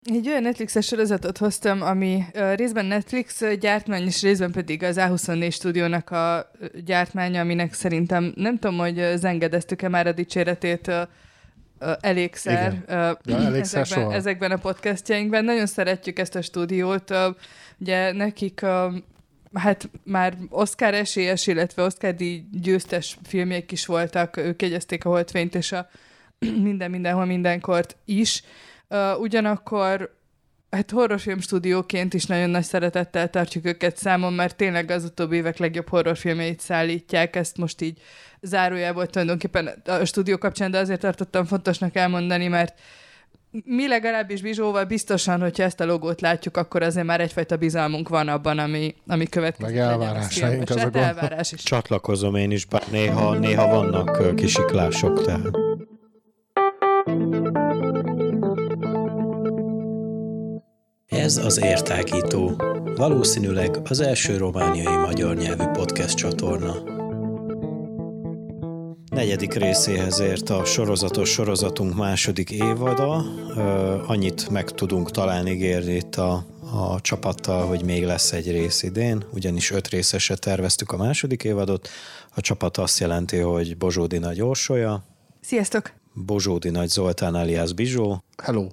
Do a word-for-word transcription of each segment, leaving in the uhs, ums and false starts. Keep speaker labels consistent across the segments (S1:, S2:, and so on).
S1: Egy olyan Netflixes sorozatot hoztam, ami uh, részben Netflix gyártmány, és részben pedig az á huszonnégy stúdiónak a gyártmánya, aminek szerintem, nem tudom, hogy zengedeztük-e már a dicséretét uh, uh, elégszer, uh,
S2: ja, elégszer
S1: ezekben, ezekben a podcastjainkben. Nagyon szeretjük ezt a stúdiót. Uh, ugye nekik uh, hát már Oscar esélyes, illetve Oscar-díj győztes filmjeik is voltak. Ők jegyezték a Holdfényt és a Minden mindenhol mindenkort is. Uh, ugyanakkor hát horrorfilm stúdióként is nagyon nagy szeretettel tartjuk őket számon, mert tényleg az utóbbi évek legjobb horrorfilmjeit szállítják, ezt most így zárójából tulajdonképpen a stúdió kapcsán, de azért tartottam fontosnak elmondani, mert mi legalábbis Bizsóval biztosan, hogyha ezt a logót látjuk, akkor azért már egyfajta bizalmunk van abban, ami, ami következik.
S2: Meg elvárásaink az a gond.
S1: Elvárás is.
S3: Csatlakozom én is, bár néha, néha vannak kisiklások, tehát. Ez az Értágító, valószínűleg az első romániai magyar nyelvű podcast csatorna. Negyedik részéhez ért a sorozatos sorozatunk második évada. Annyit meg tudunk talán ígérni itt a, a csapattal, hogy még lesz egy rész idén, ugyanis öt részesre terveztük a második évadot. A csapat azt jelenti, hogy Bozsódi Nagy Orsolya.
S1: Sziasztok!
S3: Bozsódi Nagy Zoltán alias Bizsó.
S2: Hello!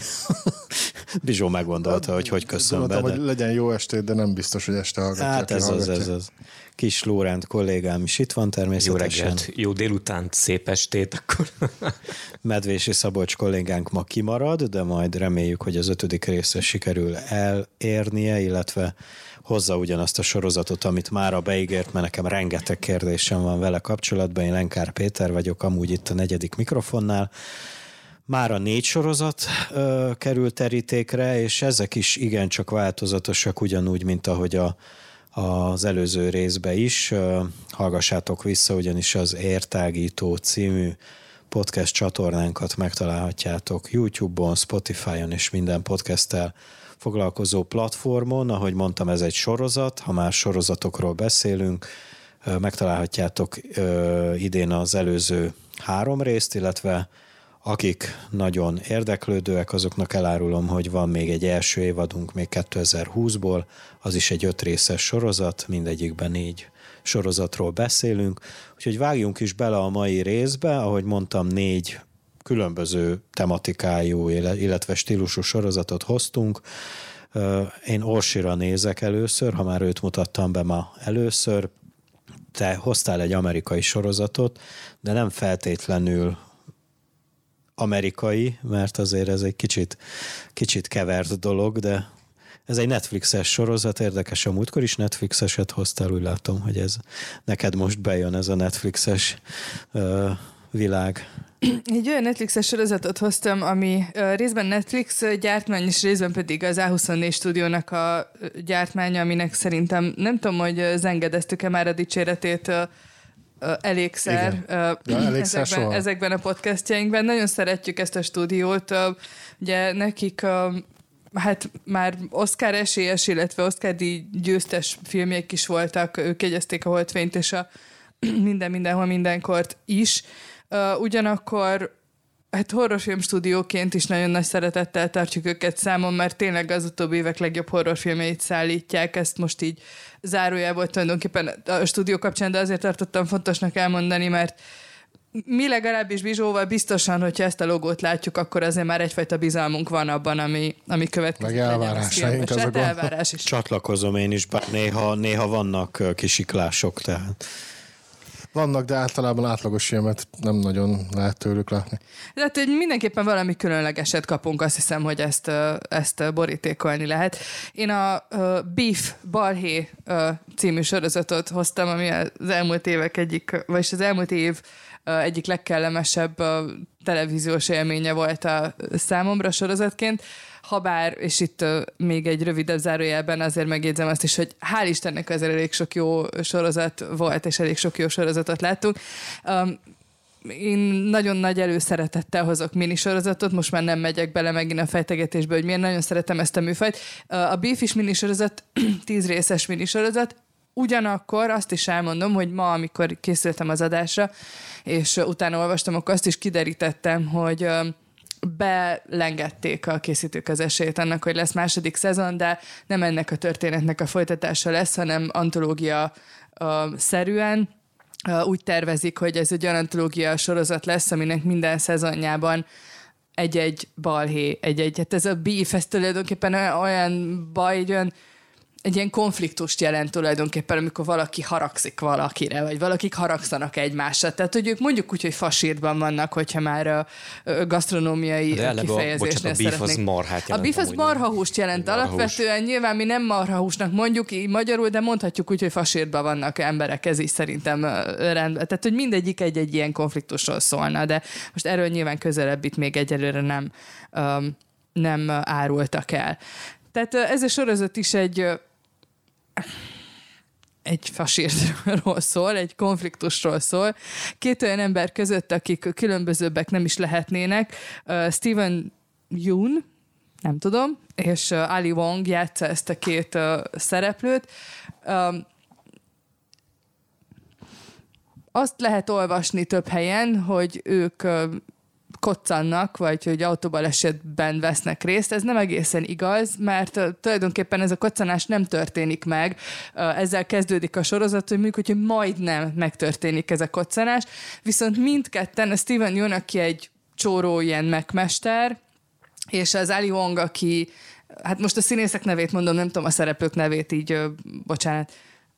S3: Bizsó meggondolta, hogy hogy köszön be.
S2: Hogy legyen jó estét, de nem biztos, hogy este hallgatja.
S3: Hát ez az, ez az. Kis Lóránt kollégám is itt van természetesen.
S4: Jó reggelt, jó délutánt, szép estét akkor.
S3: Medvési Szabolcs kollégánk ma kimarad, de majd reméljük, hogy az ötödik részre sikerül elérnie, illetve hozza ugyanazt a sorozatot, amit mára beígért, mert nekem rengeteg kérdésem van vele kapcsolatban. Én Lenkár Péter vagyok, amúgy itt a negyedik mikrofonnál. Mára négy sorozat ö, került terítékre, és ezek is igencsak változatosak, ugyanúgy, mint ahogy a, az előző részben is. Ö, hallgassátok vissza, ugyanis az Értágító című podcast csatornánkat megtalálhatjátok YouTube-on, Spotify-on és minden podcasttel foglalkozó platformon. Ahogy mondtam, ez egy sorozat, ha már sorozatokról beszélünk, ö, megtalálhatjátok ö, idén az előző három részt, illetve akik nagyon érdeklődőek, azoknak elárulom, hogy van még egy első évadunk még kétezer-húszból, az is egy öt részes sorozat, mindegyikben négy sorozatról beszélünk, úgyhogy vágjunk is bele a mai részbe, ahogy mondtam, négy különböző tematikájú, illetve stílusú sorozatot hoztunk. Én Orsira nézek először, ha már őt mutattam be ma először. Te hoztál egy amerikai sorozatot, de nem feltétlenül amerikai, mert azért ez egy kicsit, kicsit kevert dolog, de ez egy Netflixes sorozat, érdekes, a múltkor is Netflixeset hoztál, úgy látom, hogy ez neked most bejön ez a Netflixes uh, világ.
S1: Egy olyan Netflixes sorozatot hoztam, ami uh, részben Netflix gyártmány, és részben pedig az á huszonnégy stúdiónak a gyártmánya, aminek szerintem, nem tudom, hogy zengedeztük-e már a dicséretét uh, elégszer, uh,
S2: ja, elégszer
S1: ezekben, ezekben a podcastjainkben. Nagyon szeretjük ezt a stúdiót. Uh, ugye nekik uh, hát már Oscar esélyes, illetve Oscar-díj győztes filmjeik is voltak. Ők jegyezték a Holdfényt és a Minden mindenhol mindenkort is. Uh, ugyanakkor hát horrorfilm stúdióként is nagyon nagy szeretettel tartjuk őket számon, mert tényleg az utóbbi évek legjobb horrorfilmjeit szállítják, ezt most így zárójából tulajdonképpen a stúdió kapcsán, de azért tartottam fontosnak elmondani, mert mi legalábbis Bizsóval biztosan, hogyha ezt a logót látjuk, akkor azért már egyfajta bizalmunk van abban, ami, ami következik.
S2: Meg elvárásaink az a gond.
S1: Elvárás is.
S3: Csatlakozom én is, bár néha, néha vannak kisiklások, tehát.
S2: Vannak, de általában átlagos filmet nem nagyon lehet tőlük látni.
S1: Tehát, hogy mindenképpen valami különlegeset kapunk, azt hiszem, hogy ezt, ezt borítékolni lehet. Én a Beef Balhé című sorozatot hoztam, ami az elmúlt évek egyik, vagyis az elmúlt év egyik legkellemesebb televíziós élménye volt a számomra sorozatként. Habár, és itt uh, még egy rövidebb zárójelben azért megjegyzem azt is, hogy hál' Istennek azért elég sok jó sorozat volt, és elég sok jó sorozatot láttunk. Um, én nagyon nagy előszeretettel hozok minisorozatot, most már nem megyek bele megint a fejtegetésbe, hogy miért nagyon szeretem ezt a műfajt. Uh, a Beef is minisorozat, tíz részes minisorozat, ugyanakkor azt is elmondom, hogy ma, amikor készültem az adásra, és uh, utána olvastam, akkor azt is kiderítettem, hogy uh, belengették a készítők az esélyt annak, hogy lesz második szezon, de nem ennek a történetnek a folytatása lesz, hanem antológia uh, szerűen. Uh, úgy tervezik, hogy ez egy olyan antológia sorozat lesz, aminek minden szezonjában egy-egy balhé, egy-egy, hát ez a beef, ez tulajdonképpen olyan baj, egy olyan egy ilyen konfliktust jelent tulajdonképpen, amikor valaki haragszik valakire, vagy valakik haragszanak egymásra. Tehát, hogy ők mondjuk úgy, hogy fasírban vannak, hogyha már a, a gasztronómiai kifejezésnél
S4: a beef az marhát jelent.
S1: A beef az marhahúst jelent alapvetően, nyilván mi nem marhahúsnak mondjuk így magyarul, de mondhatjuk úgy, hogy fasírban vannak emberek, ez is szerintem rendben. Tehát, hogy mindegyik egy-egy ilyen konfliktusról szólna, de most erről nyilván közelebb itt még egyelőre nem, um, nem árultak el. Tehát ez a sorozat is egy egy fasírról szól, egy konfliktusról szól. Két olyan ember között, akik különbözőbbek nem is lehetnének. Uh, Steven Yeun, nem tudom, és uh, Ali Wong játsza ezt a két uh, szereplőt. Um, azt lehet olvasni több helyen, hogy ők uh, koccannak, vagy hogy autóbalesetben vesznek részt. Ez nem egészen igaz, mert uh, tulajdonképpen ez a koccanás nem történik meg. Uh, ezzel kezdődik a sorozat, hogy mondjuk, hogy majdnem megtörténik ez a koccanás. Viszont mindketten, a Steven Yeun, aki egy csóró ilyen megmester, és az Ali Wong, aki, hát most a színészek nevét mondom, nem tudom a szereplők nevét így, uh, bocsánat,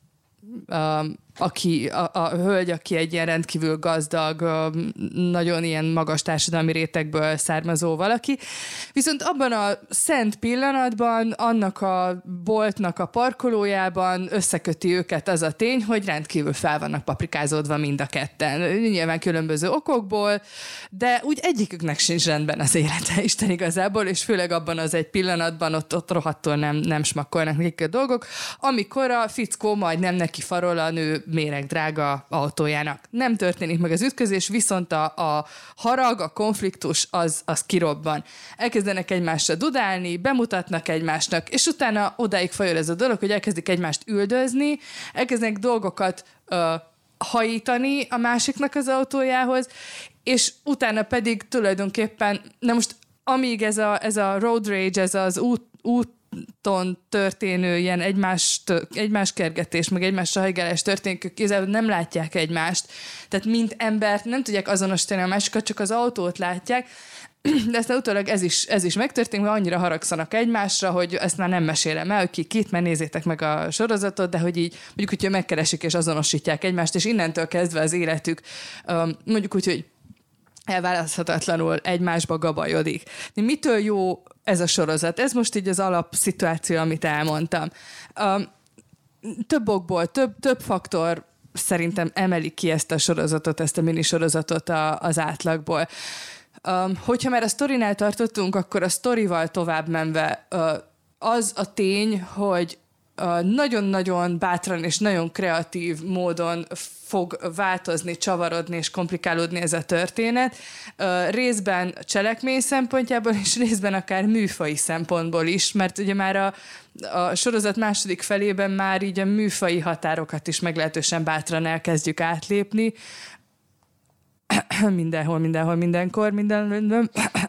S1: uh, aki, a, a hölgy, aki egy ilyen rendkívül gazdag, nagyon ilyen magas társadalmi rétegből származó valaki. Viszont abban a szent pillanatban, annak a boltnak a parkolójában összeköti őket az a tény, hogy rendkívül fel vannak paprikázódva mind a ketten. Nyilván különböző okokból, de úgy egyiküknek sincs rendben az élete, Isten igazából, és főleg abban az egy pillanatban ott, ott rohadtul nem, nem smakkolnak nekik a dolgok, amikor a fickó majdnem neki farol a nő méreg drága autójának. Nem történik meg az ütközés, viszont a, a harag, a konfliktus az, az kirobban. Elkezdenek egymásra dudálni, bemutatnak egymásnak, és utána odáig fajul ez a dolog, hogy elkezdik egymást üldözni, elkezdenek dolgokat ö, hajítani a másiknak az autójához, és utána pedig tulajdonképpen, na most amíg ez a, ez a road rage, ez az út, út ton történő ilyen egymást, egymás kergetés, meg egymás sahajgálás történik, ők kézzel nem látják egymást. Tehát mint embert nem tudják azonosítani a másikat, csak az autót látják. De aztán utólag ez is, ez is megtörténik, mert annyira haragszanak egymásra, hogy ezt már nem mesélem el, ki kit, mert nézzétek meg a sorozatot, de hogy így mondjuk, hogyha megkeresik és azonosítják egymást, és innentől kezdve az életük mondjuk úgy, hogy elválaszthatatlanul egymásba gabajodik. De mitől jó ez a sorozat? Ez most így az alapszituáció, amit elmondtam. Um, több okból, több, több faktor szerintem emeli ki ezt a sorozatot, ezt a minisorozatot a, az átlagból. Um, hogyha már a sztorinál tartottunk, akkor a sztorival tovább menve uh, az a tény, hogy uh, nagyon-nagyon bátran és nagyon kreatív módon fog változni, csavarodni és komplikálódni ez a történet. Uh, részben cselekmény szempontjából, és részben akár műfaji szempontból is, mert ugye már a, a sorozat második felében már így a műfaji határokat is meglehetősen bátran elkezdjük átlépni. mindenhol, mindenhol, mindenkor, minden...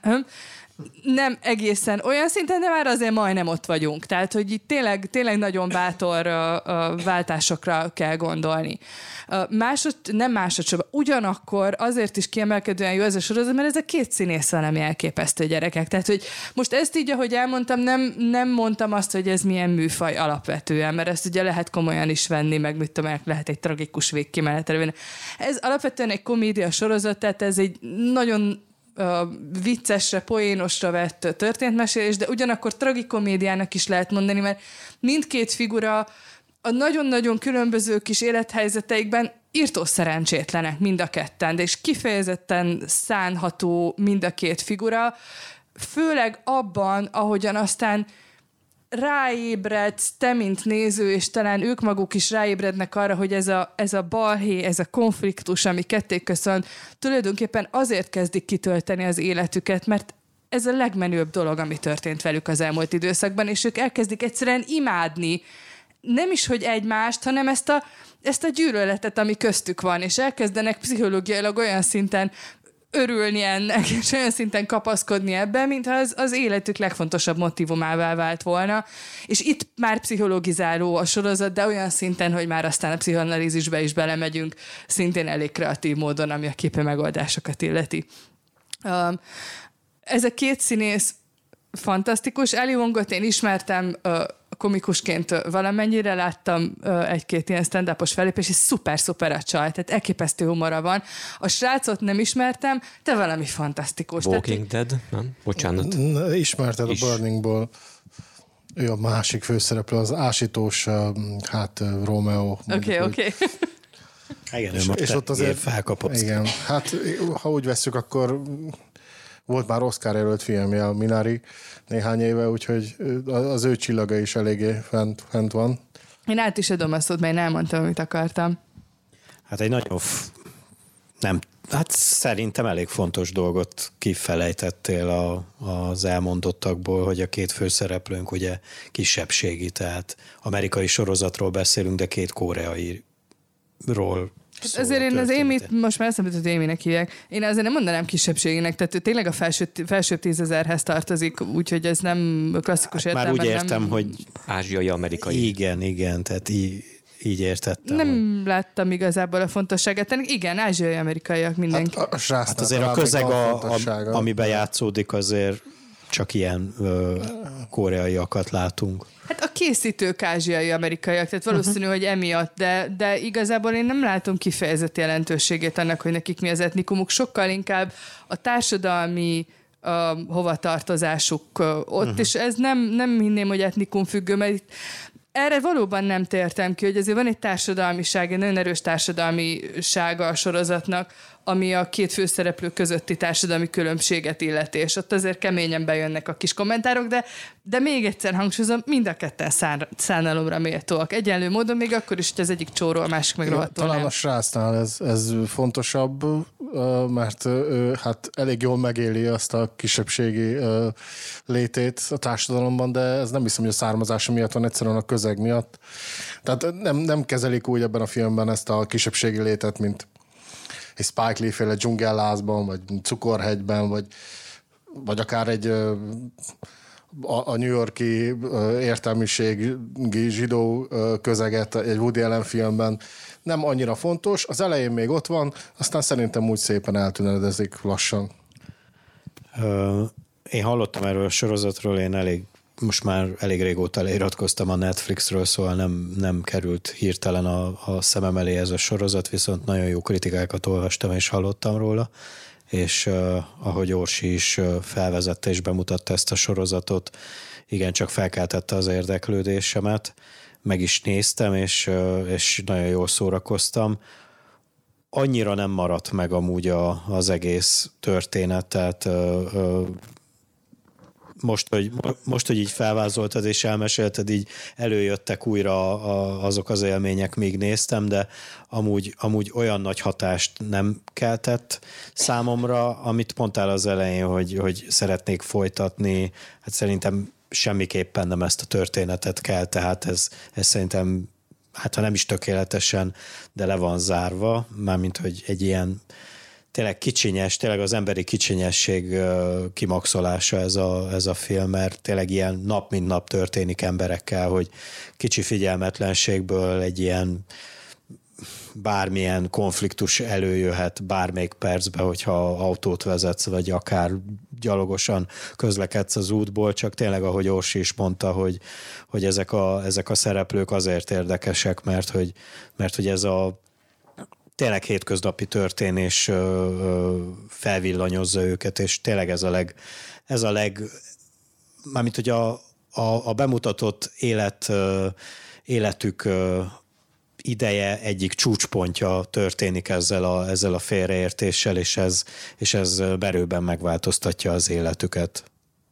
S1: nem egészen olyan szinten, de már azért majdnem ott vagyunk. Tehát, hogy itt tényleg, tényleg nagyon bátor uh, uh, váltásokra kell gondolni. Uh, másod, nem másodszorban, ugyanakkor azért is kiemelkedően jó ez a sorozat, mert ez a két színész valami elképesztő, gyerekek. Tehát, hogy most ezt így, ahogy elmondtam, nem, nem mondtam azt, hogy ez milyen műfaj alapvetően, mert ezt ugye lehet komolyan is venni, meg mit tudom, lehet egy tragikus végkimenetre venni. Ez alapvetően egy komédia sorozat, tehát ez egy nagyon Uh, viccesre, poénosra vett történetmesélés, de ugyanakkor tragikomédiának is lehet mondani, mert mindkét figura a nagyon-nagyon különböző kis élethelyzeteikben írtó szerencsétlenek mind a ketten, de és kifejezetten szánható mind a két figura, főleg abban, ahogyan aztán ráébredsz te, mint néző, és talán ők maguk is ráébrednek arra, hogy ez a, ez a balhé, ez a konfliktus, ami ketté köszön, tulajdonképpen azért kezdik kitölteni az életüket, mert ez a legmenőbb dolog, ami történt velük az elmúlt időszakban, és ők elkezdik egyszerűen imádni, nem is, hogy egymást, hanem ezt a, ezt a gyűlöletet, ami köztük van, és elkezdenek pszichológiailag olyan szinten örülni ennek, és olyan szinten kapaszkodni ebben, mintha az, az életük legfontosabb motivumává vált volna. És itt már pszichologizáló a sorozat, de olyan szinten, hogy már aztán a pszichoanalízisbe is belemegyünk, szintén elég kreatív módon, ami a képi megoldásokat illeti. Um, ez a két színész fantasztikus. Ali Wongot én ismertem uh, komikusként uh, valamennyire, láttam uh, egy-két ilyen stand-upos fellépés, és szuper-szuper a csaj, tehát elképesztő humora van. A srácot nem ismertem, de valami fantasztikus.
S4: Walking
S1: tehát,
S4: Dead, nem? Bocsánat.
S2: Ismerted
S4: Is.
S2: a Burningból. Ő a másik főszereplő, az ásítós, hát Romeo.
S1: Oké, oké. Okay, okay.
S3: Igen,
S2: és, és ott azért
S3: felkapott.
S2: Igen, hát ha úgy vesszük, akkor volt már Oscar jelölt filmje, a Minari néhány éve, úgyhogy az ő csillaga is eléggé fent, fent van.
S1: Én át is adom a szót, mert én elmondtam, amit akartam.
S3: Hát egy nagyon f- nem, hát szerintem elég fontos dolgot kifelejtettél a, az elmondottakból, hogy a két főszereplőnk ugye kisebbségi, tehát amerikai sorozatról beszélünk, de két koreairól.
S1: Hát azért én az Amy-t most már eszembe jutott, hogy Amy-nek hívják. Én azért nem mondanám kisebbségének, tehát ő tényleg a felső, felső tízezerhez tartozik, úgyhogy ez nem klasszikus
S3: hát
S1: értelemben.
S3: Már úgy értem,
S1: nem...
S3: hogy...
S4: Ázsiai, amerikai.
S3: Igen, igen, tehát így, így értettem.
S1: Nem
S3: hogy...
S1: láttam igazából a fontosságát. Igen, ázsiai, amerikaiak mindenki.
S2: Hát, a, a
S3: hát azért a közeg, a, a, amiben játszódik, azért csak ilyen ö, koreaiakat látunk.
S1: Hát a készítők ázsiai, amerikaiak, tehát valószínű, uh-huh. hogy emiatt, de, de igazából én nem látom kifejezett jelentőségét annak, hogy nekik mi az etnikumuk, sokkal inkább a társadalmi uh, hovatartozásuk uh, ott, uh-huh. és ez nem, nem hinném, hogy etnikum függő, mert itt erre valóban nem tértem ki, hogy azért van egy társadalmiság, egy nagyon erős társadalmisága a sorozatnak, ami a két főszereplő közötti társadalmi különbséget illeti, és ott azért keményen bejönnek a kis kommentárok, de, de még egyszer hangsúlyozom, mind a ketten szán, szánalomra méltóak. Egyenlő módon, még akkor is, hogy az egyik csóró, a másik meg rohadtul
S2: Talán
S1: nem.
S2: a srácnál ez, ez fontosabb, mert ő hát elég jól megéli azt a kisebbségi létét a társadalomban, de ez nem hiszem, hogy a származása miatt van, egyszerűen a közeg miatt. Tehát nem, nem kezelik úgy ebben a filmben ezt a kisebbségi létet, mint egy Spike Lee-féle dzsungellázban, vagy Cukorhegyben, vagy, vagy akár egy a, a New York-i értelmiségi zsidó közeget egy Woody Allen filmben. Nem annyira fontos, az elején még ott van, aztán szerintem úgy szépen eltűnedezik lassan.
S3: Én hallottam erről a sorozatról, én elég most már elég régóta leiratkoztam a Netflixről, szóval nem, nem került hirtelen a, a szemem elé ez a sorozat, viszont nagyon jó kritikákat olvastam és hallottam róla, és uh, ahogy Orsi is uh, felvezette és bemutatta ezt a sorozatot, igencsak felkeltette az érdeklődésemet, meg is néztem, és, uh, és nagyon jól szórakoztam. Annyira nem maradt meg amúgy a, az egész történet, tehát uh, uh, Most hogy, most, hogy így felvázoltad és elmesélted, így előjöttek újra azok az élmények, míg néztem, de amúgy, amúgy olyan nagy hatást nem keltett számomra, amit mondtál az elején, hogy, hogy szeretnék folytatni, hát szerintem semmiképpen nem ezt a történetet kell, tehát ez, ez szerintem, hát ha nem is tökéletesen, de le van zárva, mármint, hogy egy ilyen tényleg kicsinyes, tényleg az emberi kicsinyesség kimaxolása ez a, ez a film, mert tényleg ilyen nap mint nap történik emberekkel, hogy kicsi figyelmetlenségből egy ilyen bármilyen konfliktus előjöhet bármelyik percben, hogyha autót vezetsz, vagy akár gyalogosan közlekedsz az útból, csak tényleg, ahogy Orsi is mondta, hogy, hogy ezek, a, ezek a szereplők azért érdekesek, mert hogy, mert hogy ez a tényleg hétköznapi történés felvillanyozza őket, és tényleg ez a leg, ez a leg mármint, hogy a, a, a bemutatott élet, életük ideje egyik csúcspontja történik ezzel a, ezzel a félreértéssel, és ez, és ez berőben megváltoztatja az életüket.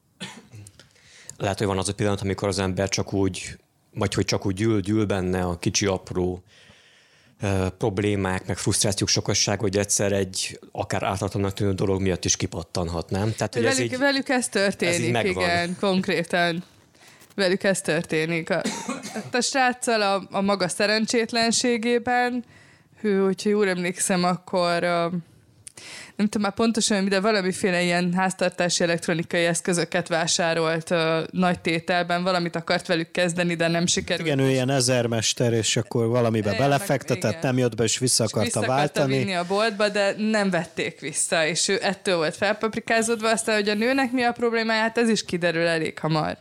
S4: Lehet, hogy van az a pillanat, amikor az ember csak úgy, vagy hogy csak úgy gyűl, gyűl benne a kicsi apró problémák, meg frusztrációk sokasság, hogy egyszer egy akár ártatlannak tűnő dolog miatt is kipattanhat, nem? Tehát, hogy
S1: velük,
S4: ez így,
S1: velük ez történik,
S4: ez
S1: igen, konkrétan. Velük ez történik. A, a sráccal a, a maga szerencsétlenségében, hű, úgyhogy jól emlékszem, akkor uh, nem tudom már pontosan, de valamiféle ilyen háztartási elektronikai eszközöket vásárolt uh, nagy tételben, valamit akart velük kezdeni, de nem sikerült.
S3: Igen, ő ilyen ezermester, és akkor valamiben belefektetett, igen. Nem jött be, és vissza akarta és vissza váltani.
S1: Vissza vinni a boltba, de nem vették vissza, és ő ettől volt felpaprikázódva, aztán, hogy a nőnek mi a problémája, hát ez is kiderül elég hamar.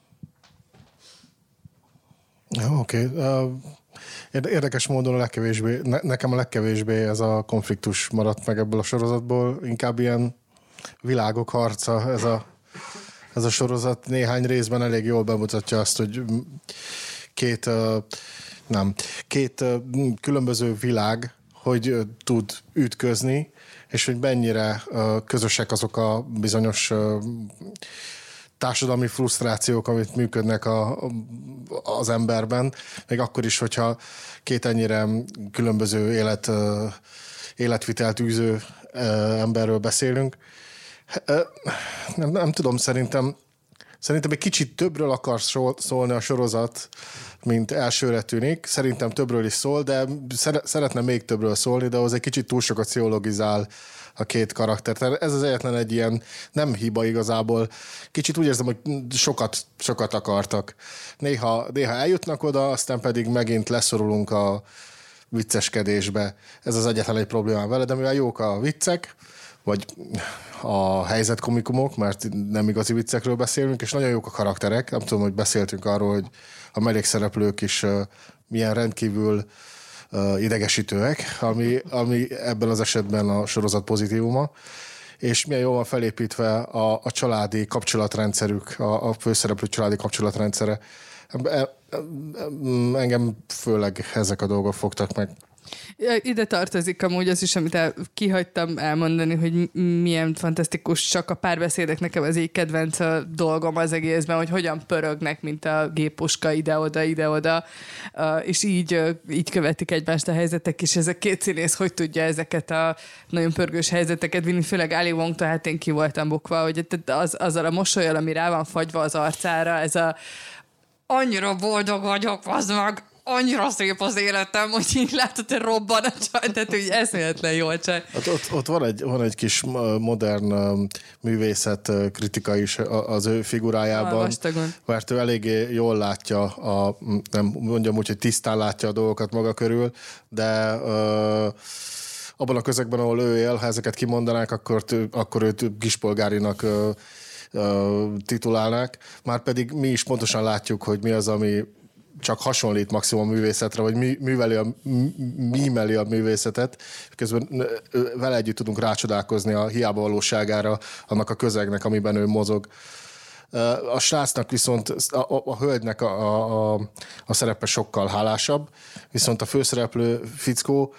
S2: Ja, oké. Okay. Uh, érdekes módon a legkevésbé, ne, nekem a legkevésbé ez a konfliktus maradt meg ebből a sorozatból, inkább ilyen világok harca, ez a, ez a sorozat néhány részben elég jól bemutatja azt, hogy két, uh, nem, két uh, különböző világ, hogy uh, tud ütközni, és hogy mennyire uh, közösek azok a bizonyos uh, társadalmi frusztrációk, amit működnek a, az emberben, még akkor is, hogyha két ennyire különböző élet, életvitelt űző emberről beszélünk. Nem, nem tudom, szerintem Szerintem egy kicsit többről akar szólni a sorozat, mint elsőre tűnik. Szerintem többről is szól, de szeretne még többről szólni, de az egy kicsit túl sokat pszichologizál a két karakter. Ez az egyetlen egy ilyen nem hiba igazából. Kicsit úgy érzem, hogy sokat, sokat akartak. Néha, néha eljutnak oda, aztán pedig megint leszorulunk a vicceskedésbe. Ez az egyetlen egy problémám vele, de mivel jók a viccek, vagy a helyzetkomikumok, mert nem igazi viccekről beszélünk, és nagyon jók a karakterek. Nem tudom, hogy beszéltünk arról, hogy a mellékszereplők is uh, milyen rendkívül uh, idegesítőek, ami, ami ebben az esetben a sorozat pozitívuma, és milyen jól van felépítve a, a családi kapcsolatrendszerük, a, a főszereplő családi kapcsolatrendszere. Engem főleg ezek a dolgok fogtak meg.
S1: Ide tartozik amúgy az is, amit el, kihagytam elmondani, hogy milyen fantasztikus csak a párbeszédek, nekem ez egy kedvenc dolgom az egészben, hogy hogyan pörögnek, mint a géppuska ide-oda, ide-oda, és így, így követik egymást a helyzetek, és ez a két színész hogy tudja ezeket a nagyon pörgős helyzeteket vinni, főleg Ali Wong-tól, hát én ki voltam bukva, hogy az, azzal a mosollyal, ami rá van fagyva az arcára, ez a annyira boldog vagyok, az meg annyira szép az életem, hogy így látod, hogy robban a csaj, tehát úgy eszméletlen jó a csaj.
S2: Ott, ott, ott van, egy, van egy kis modern művészet kritika is az ő figurájában, mert ő eléggé jól látja, a, nem mondjam úgy, hogy tisztán látja a dolgokat maga körül, de uh, abban a közegben, ahol ő él, ha ezeket kimondanák, akkor, akkor őt kispolgárinak uh, uh, titulálnák. Márpedig mi is pontosan látjuk, hogy mi az, ami csak hasonlít maximum a művészetre, vagy műveli a, mímeli a művészetet, közben vele együtt tudunk rácsodálkozni a hiába valóságára, annak a közegnek, amiben ő mozog. A srácnak viszont, a, a hölgynek a, a, a szerepe sokkal hálásabb, viszont a főszereplő fickó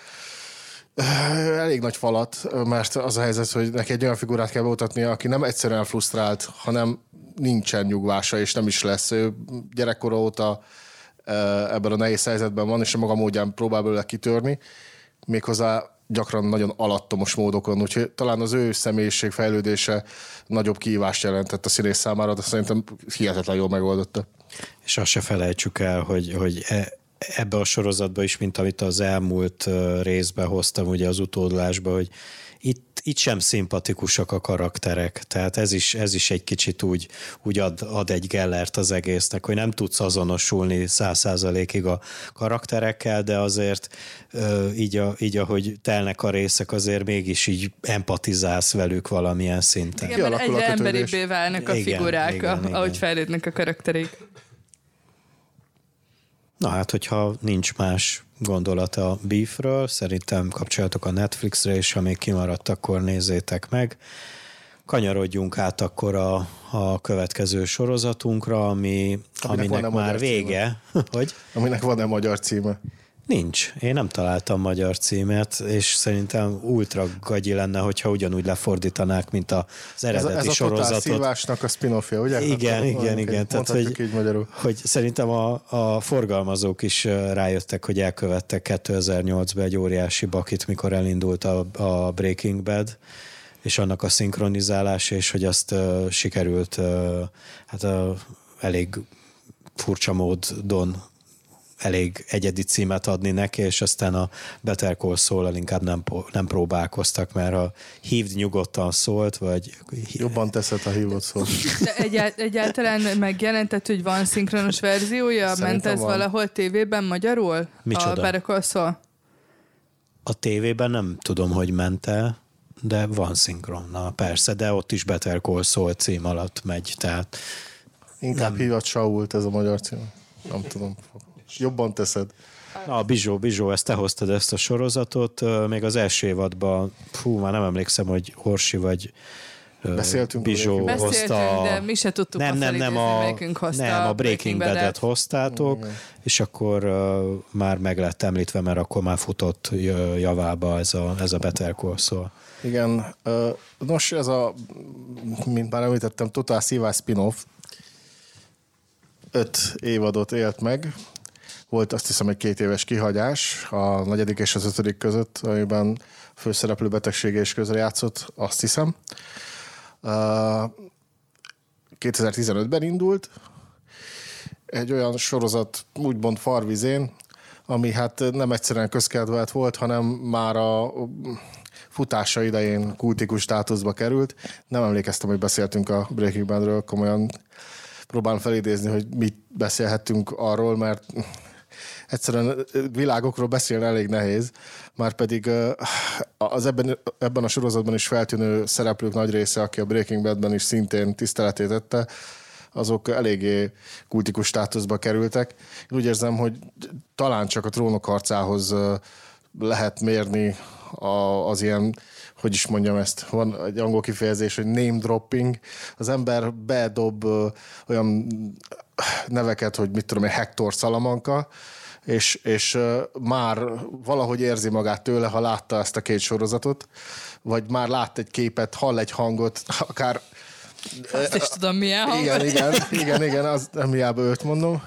S2: elég nagy falat, mert az a helyzet, hogy neki egy olyan figurát kell bemutatnia, aki nem egyszerűen frusztrált, hanem nincsen nyugvása, és nem is lesz. Ő gyerekkora óta ebben a nehéz helyzetben van, és a maga módján próbál belőle kitörni, méghozzá gyakran nagyon alattomos módokon, úgyhogy talán az ő személyiség fejlődése nagyobb kihívást jelentett a színész számára, de szerintem hihetetlen jól megoldotta.
S3: És azt se felejtsük el, hogy, hogy ebbe a sorozatba is, mint amit az elmúlt részben hoztam ugye az utódlásba, hogy itt, itt sem szimpatikusak a karakterek, tehát ez is, ez is egy kicsit úgy, úgy ad, ad egy gellert az egésznek, hogy nem tudsz azonosulni száz százalékig a karakterekkel, de azért így, a, így ahogy telnek a részek, azért mégis így empatizálsz velük valamilyen szinten.
S1: Igen, mert egyre emberibbé válnak a
S3: igen,
S1: figurák,
S3: igen,
S1: a,
S3: igen.
S1: ahogy fejlődnek a karakterik.
S3: Na hát, hogyha nincs más gondolat a Beefről, szerintem kapcsolatok a Netflixre, és ha még kimaradt, akkor nézzétek meg. Kanyarodjunk át akkor a, a következő sorozatunkra, ami, aminek, aminek már vége. Hogy?
S2: Aminek van-e magyar címe?
S3: Nincs. Én nem találtam magyar címet, és szerintem ultra gagyi lenne, hogyha ugyanúgy lefordítanák, mint az eredeti
S2: ez a, ez
S3: sorozatot.
S2: Ez a Totál Szívásnak a spin-offja, ugye?
S3: Igen, hát, igen, igen.
S2: Tehát, hogy, így magyarul.
S3: hogy szerintem a, a forgalmazók is rájöttek, hogy elkövettek kétezer-nyolcban egy óriási bakit, mikor elindult a, a Breaking Bad, és annak a szinkronizálása, és hogy azt uh, sikerült uh, hát uh, elég furcsa módon elég egyedi címet adni neki, és aztán a Better Call Saul-al inkább nem, nem próbálkoztak, mert ha hívd nyugodtan szólt, vagy...
S2: Jobban teszed, ha hívod szólt.
S1: De egyált, egyáltalán megjelentett, hogy van szinkronos verziója? Szerintem ment ez van. Valahol tévében magyarul?
S3: Micsoda?
S1: A Better Call Saul?
S3: A tévében nem tudom, hogy ment el, de van szinkron, na persze, de ott is Better Call Saul cím alatt megy, tehát...
S2: Inkább hívott Sault ez a magyar cím. Nem tudom. Jobban teszed.
S3: Na, Bizsó, Bizsó, ezt te hoztad ezt a sorozatot, még az első évadban, fú, már nem emlékszem, hogy Orsi vagy
S2: Beszéltünk
S3: Bizsó
S1: Beszéltünk,
S3: hozta...
S1: de mi se tudtuk
S3: nem, nem, nem, a,
S1: hozta
S3: nem, a Breaking Bad-et hoztátok, mm. és akkor uh, már meg lett említve, mert akkor már futott javába ez a, ez a Better Call Saul.
S2: Igen. Nos, ez a, mint már említettem, totál szívás spin-off. Öt évadot élt meg. Volt azt hiszem egy két éves kihagyás a negyedik és az ötödik között, amiben a főszereplő betegsége is közrejátszott, azt hiszem. kétezer-tizenötben indult. Egy olyan sorozat, úgymond farvizén, ami hát nem egyszerűen közkedvelt volt, hanem már a futása idején kultikus státuszba került. Nem emlékeztem, hogy beszéltünk a Breaking Badről, komolyan próbálom felidézni, hogy mit beszélhettünk arról, mert egyszerűen világokról beszélni elég nehéz, már pedig az ebben, ebben a sorozatban is feltűnő szereplők nagy része, aki a Breaking Badben is szintén tiszteletét tette, azok eléggé kultikus státuszba kerültek. Én úgy érzem, hogy talán csak a Trónok harcához lehet mérni az ilyen, hogy is mondjam ezt, van egy angol kifejezés, hogy name dropping. Az ember bedob olyan neveket, hogy mit tudom én, Hector Salamanca, és, és már valahogy érzi magát tőle, ha látta ezt a két sorozatot, vagy már lát egy képet, hall egy hangot, akár...
S1: Azt is tudom, milyen hang.
S2: Igen, igen, igen, igen, az nem hiába őt mondom.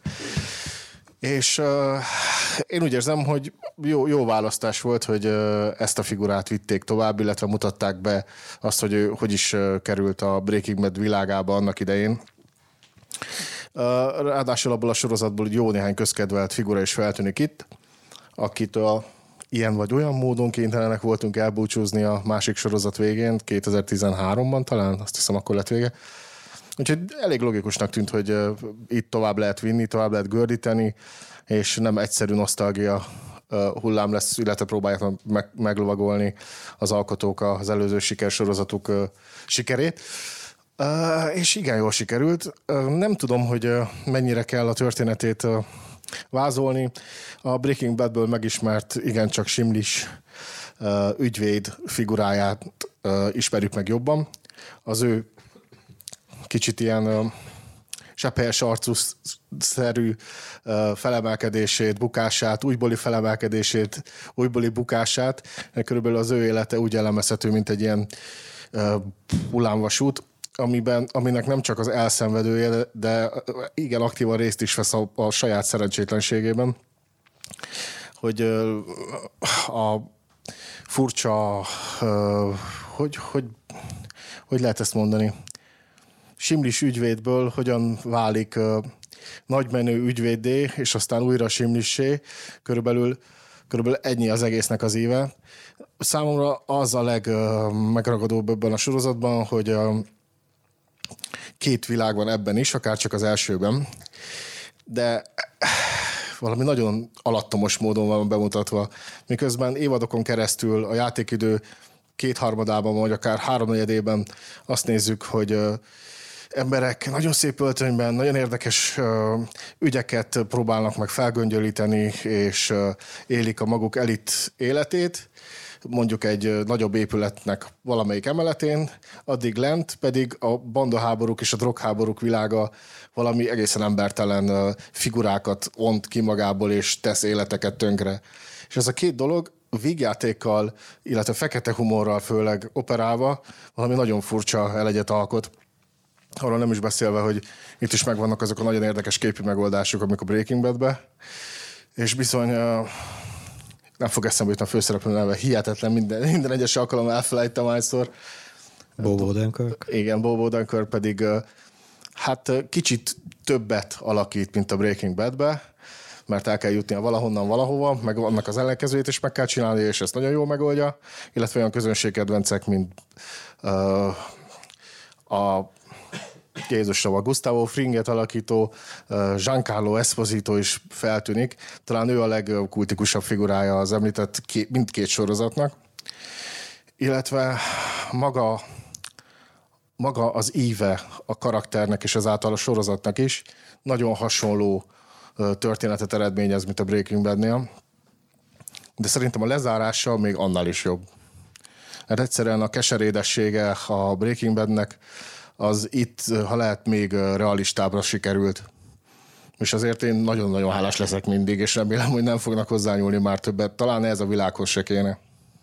S2: És uh, én úgy érzem, hogy jó, jó választás volt, hogy uh, ezt a figurát vitték tovább, illetve mutatták be azt, hogy ő hogy is uh, került a Breaking Bad világába annak idején. Uh, ráadásul abból a sorozatból jó néhány közkedvelt figura is feltűnik itt, akitől ilyen vagy olyan módon kénytelenek voltunk elbúcsúzni a másik sorozat végén, kétezer-tizenháromban talán, azt hiszem akkor lett vége. Úgyhogy elég logikusnak tűnt, hogy uh, itt tovább lehet vinni, tovább lehet gördíteni, és nem egyszerű nosztalgia uh, hullám lesz, illetve próbálják meg, meglovagolni az alkotók az előző sikersorozatuk uh, sikerét. Uh, és igen, jól sikerült. Uh, nem tudom, hogy uh, mennyire kell a történetét uh, vázolni. A Breaking Badből megismert igencsak simlis uh, ügyvéd figuráját uh, ismerjük meg jobban. Az ő kicsit ilyen uh, sepphelyes arcú-szerű uh, felemelkedését, bukását, újbóli felemelkedését, újbóli bukását. Körülbelül az ő élete úgy elemezhető, mint egy ilyen uh, hullámvasút, amiben, aminek nem csak az elszenvedője, de igen aktívan részt is vesz a, a saját szerencsétlenségében, hogy a furcsa, hogy, hogy, hogy lehet ezt mondani, simlis ügyvédből hogyan válik nagymenő ügyvéddé, és aztán újra simlissé, körülbelül, körülbelül ennyi az egésznek az íve. Számomra az a legmegragadóbb ebben a sorozatban, hogy két világ van ebben is, akár csak az elsőben, de valami nagyon alattomos módon van bemutatva, miközben évadokon keresztül a játékidő kétharmadában, vagy akár háromnegyedében azt nézzük, hogy emberek nagyon szép öltönyben, nagyon érdekes ügyeket próbálnak meg felgöngyölíteni, és élik a maguk elit életét, mondjuk egy nagyobb épületnek valamelyik emeletén, addig lent pedig a bandaháborúk és a drogháborúk világa valami egészen embertelen figurákat ont ki magából, és tesz életeket tönkre. És ez a két dolog vígjátékkal, illetve fekete humorral főleg operálva valami nagyon furcsa elegyet alkot. Arról nem is beszélve, hogy itt is megvannak azok a nagyon érdekes képi megoldások, amik a Breaking Badbe, és bizony nem fog eszembe jutni a főszereplő neve, hihetetlen, minden, minden egyes alkalommal elfelejtem hányszor.
S3: Bob Odenkirk.
S2: Igen, Bob Odenkirk pedig hát kicsit többet alakít, mint a Breaking Badbe, mert el kell jutnia valahonnan valahova, meg annak az ellenkezőjét is meg kell csinálni, és ezt nagyon jól megoldja, illetve olyan közönségkedvencek, mint uh, a Jézusra, a Gustavo Fringet alakító uh, Giancarlo Esposito is feltűnik. Talán ő a legkultikusabb figurája az említett ké- mindkét sorozatnak. Illetve maga, maga az íve a karakternek és ezáltal a sorozatnak is nagyon hasonló uh, történetet eredményez, mint a Breaking Badnél. De szerintem a lezárása még annál is jobb. Mert egyszerűen a keserédessége a Breaking Badnek az itt, ha lehet, még realistábbra sikerült. És azért én nagyon-nagyon hálás leszek mindig, és remélem, hogy nem fognak hozzányúlni már többet. Talán ez a világhoz se kéne.